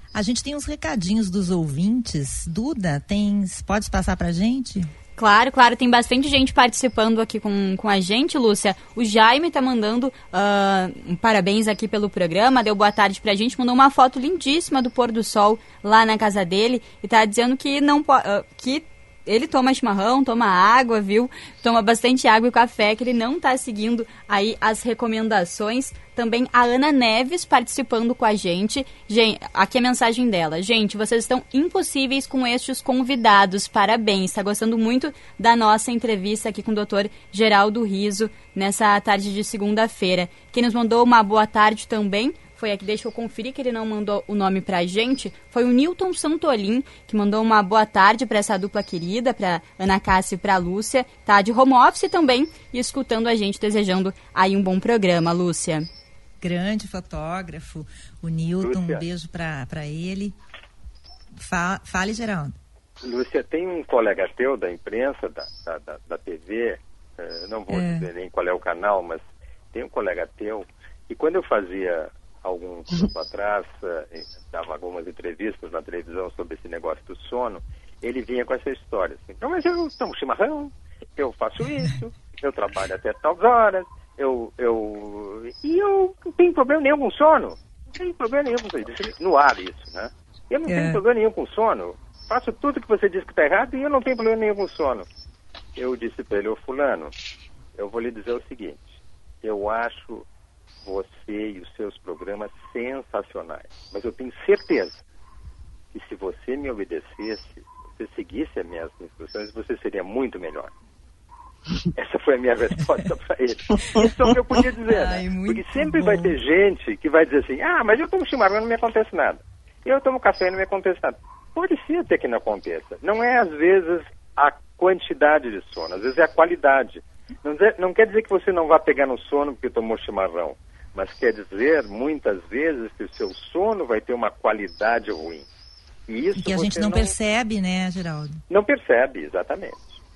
A gente tem uns recadinhos dos ouvintes. Duda, tens, pode passar pra gente? Claro, claro, tem bastante gente participando aqui com, com a gente, Lúcia. O Jaime tá mandando uh, um parabéns aqui pelo programa, deu boa tarde pra gente, mandou uma foto lindíssima do pôr do sol lá na casa dele e tá dizendo que não pode... Uh, que ele toma chimarrão, toma água, viu? Toma bastante água e café, que ele não tá seguindo aí as recomendações. Também a Ana Neves participando com a gente. Gente, aqui a mensagem dela. Gente, vocês estão impossíveis com estes convidados. Parabéns. Está gostando muito da nossa entrevista aqui com o doutor Geraldo Riso nessa tarde de segunda-feira. Quem nos mandou uma boa tarde também foi aqui, deixa eu conferir que ele não mandou o nome pra gente, foi o Newton Santolin, que mandou uma boa tarde para essa dupla querida, para Ana Cássia e para Lúcia, tá de home office também, e escutando a gente, desejando aí um bom programa, Lúcia. Grande fotógrafo, o Newton, Lúcia. Um beijo para ele. Fa- fale, Geraldo. Lúcia, tem um colega teu da imprensa, da, da, da, da T V, eh, não vou é. dizer nem qual é o canal, mas tem um colega teu, e quando eu fazia... algum tempo atrás, uh, dava algumas entrevistas na televisão sobre esse negócio do sono, ele vinha com essa história. Assim, não, mas eu tomo chimarrão, eu faço isso, eu trabalho até tal horas, eu, eu... e eu não tenho problema nenhum com sono. Não tenho problema nenhum com isso. No ar isso, né? Eu não é. tenho problema nenhum com sono. Faço tudo que você diz que está errado e eu não tenho problema nenhum com sono. Eu disse para ele, ô fulano, eu vou lhe dizer o seguinte, eu acho... você e os seus programas sensacionais. Mas eu tenho certeza que se você me obedecesse, você seguisse as minhas instruções, você seria muito melhor. Essa foi a minha resposta para ele. Isso é o que eu podia dizer, Ai, né? Porque sempre bom. vai ter gente que vai dizer assim, ah, mas eu tomo chimarrão e não me acontece nada. Eu tomo café e não me acontece nada. Pode ser até que não aconteça. Não é, às vezes, a quantidade de sono, às vezes é a qualidade. Não, dizer, não quer dizer que você não vá pegar no sono porque tomou chimarrão. Mas quer dizer, muitas vezes, que o seu sono vai ter uma qualidade ruim. E isso e que a gente não, não percebe, né, Geraldo? Não percebe, exatamente.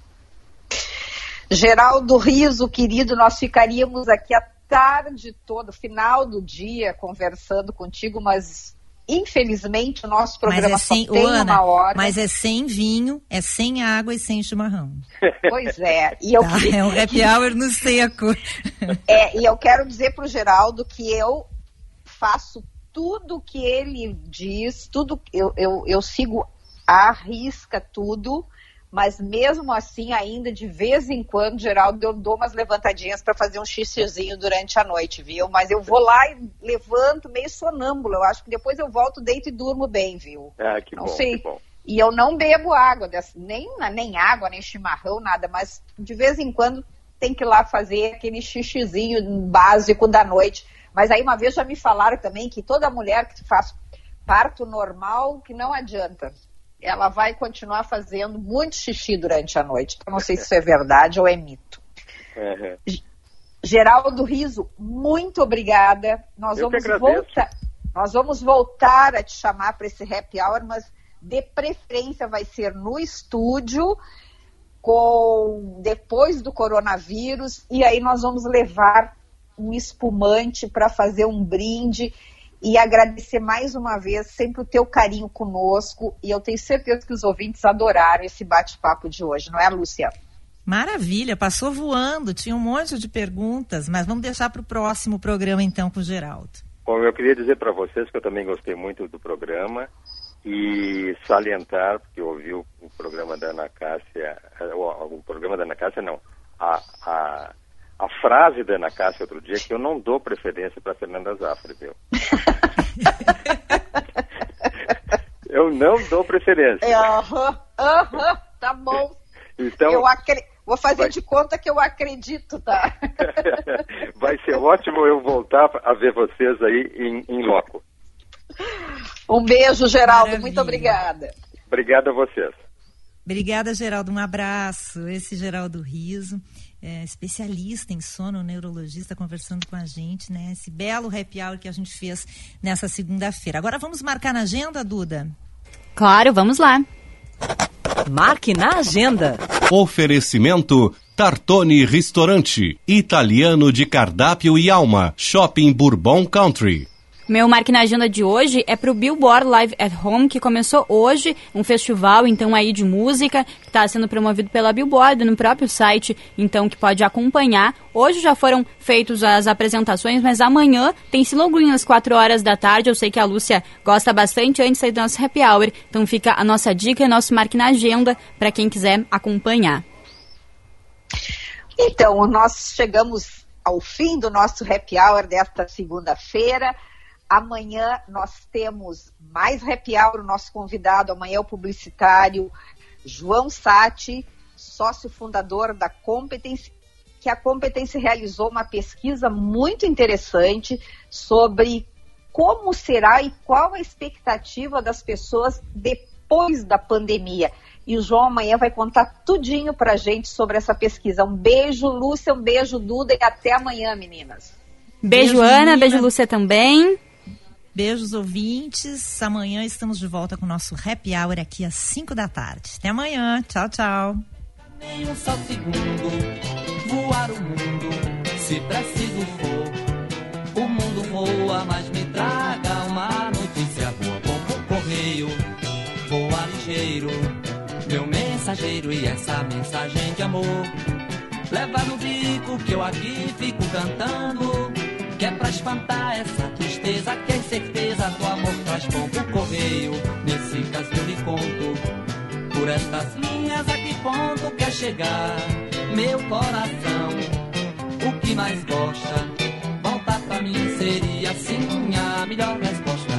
Geraldo Riso, querido, nós ficaríamos aqui a tarde toda, final do dia, conversando contigo, mas... infelizmente, o nosso programa é sem, só tem Ana, uma hora. Mas é sem vinho, é sem água e sem chimarrão. Pois é. E eu tá, que... É um happy hour no seco. É, e eu quero dizer para o Geraldo que eu faço tudo que ele diz, tudo, eu, eu, eu sigo à risca tudo, mas mesmo assim, ainda de vez em quando, Geraldo, eu dou umas levantadinhas para fazer um xixizinho durante a noite, viu? Mas eu vou lá e levanto meio sonâmbulo, eu acho que depois eu volto, deito e durmo bem, viu? Ah, que não bom, sei. que bom. E eu não bebo água, nem, nem água, nem chimarrão, nada, mas de vez em quando tem que ir lá fazer aquele xixizinho básico da noite. Mas aí uma vez já me falaram também que toda mulher que faz parto normal, que não adianta. Ela vai continuar fazendo muito xixi durante a noite. Eu não sei se isso é verdade ou é mito. Uhum. Geraldo Riso, muito obrigada. Nós Eu vamos voltar. Nós vamos voltar a te chamar para esse happy hour, mas de preferência vai ser no estúdio, com depois do coronavírus, e aí nós vamos levar um espumante para fazer um brinde. E agradecer mais uma vez sempre o teu carinho conosco. E eu tenho certeza que os ouvintes adoraram esse bate-papo de hoje, não é, Lúcia? Maravilha, passou voando, tinha um monte de perguntas, mas vamos deixar para o próximo programa então com o Geraldo. Bom, eu queria dizer para vocês que eu também gostei muito do programa e salientar, porque eu ouvi o, o programa da Ana Cássia, o, o programa da Ana Cássia não, a... a A frase da Ana Cássia outro dia, que eu não dou preferência para Fernanda Zaffari, viu? Eu não dou preferência. Aham, aham, tá bom. Então, eu acre... Vou fazer vai... de conta que eu acredito, tá? Vai ser ótimo eu voltar a ver vocês aí em, em loco. Um beijo, Geraldo. Maravilha. Muito obrigada. Obrigado a vocês. Obrigada, Geraldo. Um abraço. Esse Geraldo Riso, é, especialista em sono, neurologista, conversando com a gente, né? Esse belo happy hour que a gente fez nessa segunda-feira. Agora vamos marcar na agenda, Duda? Claro, vamos lá. Marque na agenda. Oferecimento Tartone Restaurante, italiano de cardápio e alma, Shopping Bourbon Country. Meu Marque na Agenda de hoje é pro Billboard Live at Home, que começou hoje, um festival, então, aí de música, que está sendo promovido pela Billboard no próprio site, então, que pode acompanhar. Hoje já foram feitas as apresentações, mas amanhã tem Silo Green às quatro horas da tarde. Eu sei que a Lúcia gosta bastante antes do nosso happy hour, então fica a nossa dica e nosso Marque na Agenda para quem quiser acompanhar. Então, nós chegamos ao fim do nosso happy hour desta segunda-feira. Amanhã nós temos mais happy hour. O nosso convidado amanhã é o publicitário João Sati, sócio fundador da Competence, que a Competence realizou uma pesquisa muito interessante sobre como será e qual a expectativa das pessoas depois da pandemia. E o João amanhã vai contar tudinho pra gente sobre essa pesquisa. Um beijo, Lúcia, um beijo, Duda, e até amanhã, meninas. Beijo, beijo Ana, menina. Beijo, Lúcia também. Beijos, ouvintes. Amanhã estamos de volta com o nosso happy hour aqui às cinco da tarde. Até amanhã. Tchau, tchau. Nem um só segundo, voar o mundo, se preciso for. O mundo voa, mas me traga uma notícia boa. Como o correio, voa ligeiro, meu mensageiro, e essa mensagem de amor leva no bico que eu aqui fico cantando, que é pra espantar essa tristeza, que é certeza do amor traz pão pro correio. Nesse caso eu lhe conto, por estas linhas a que ponto quer chegar meu coração. O que mais gosta, voltar pra mim seria assim a melhor resposta.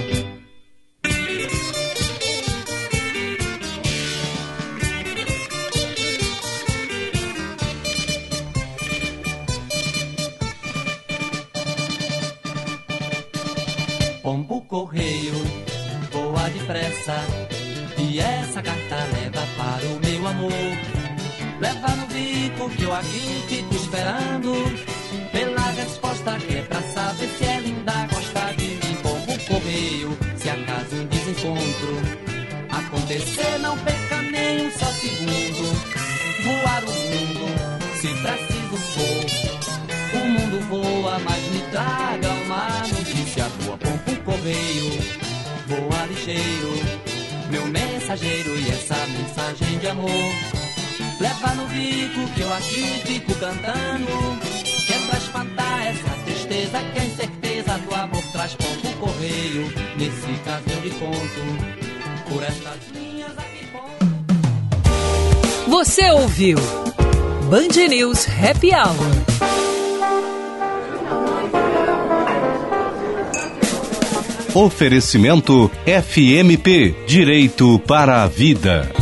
Pombo correio, voa depressa, e essa carta leva para o meu amor. Leva no bico que eu aqui fico esperando, pela resposta que é pra saber se ela ainda gosta de mim. Pombo correio, se acaso um desencontro acontecer, não perca nem um só segundo. Voar o mundo, se preciso for. O mundo voa, mas me traga uma notícia boa. Pombo correio, voa ligeiro, meu mensageiro, e essa mensagem de amor leva no bico que eu aqui fico cantando, que é pra espantar essa tristeza, que a incerteza do amor traz pombo correio. Nesse caso eu lhe conto, por estas linhas aqui ponto. Você ouviu Band News Happy Hour. Oferecimento F M P, Direito para a Vida.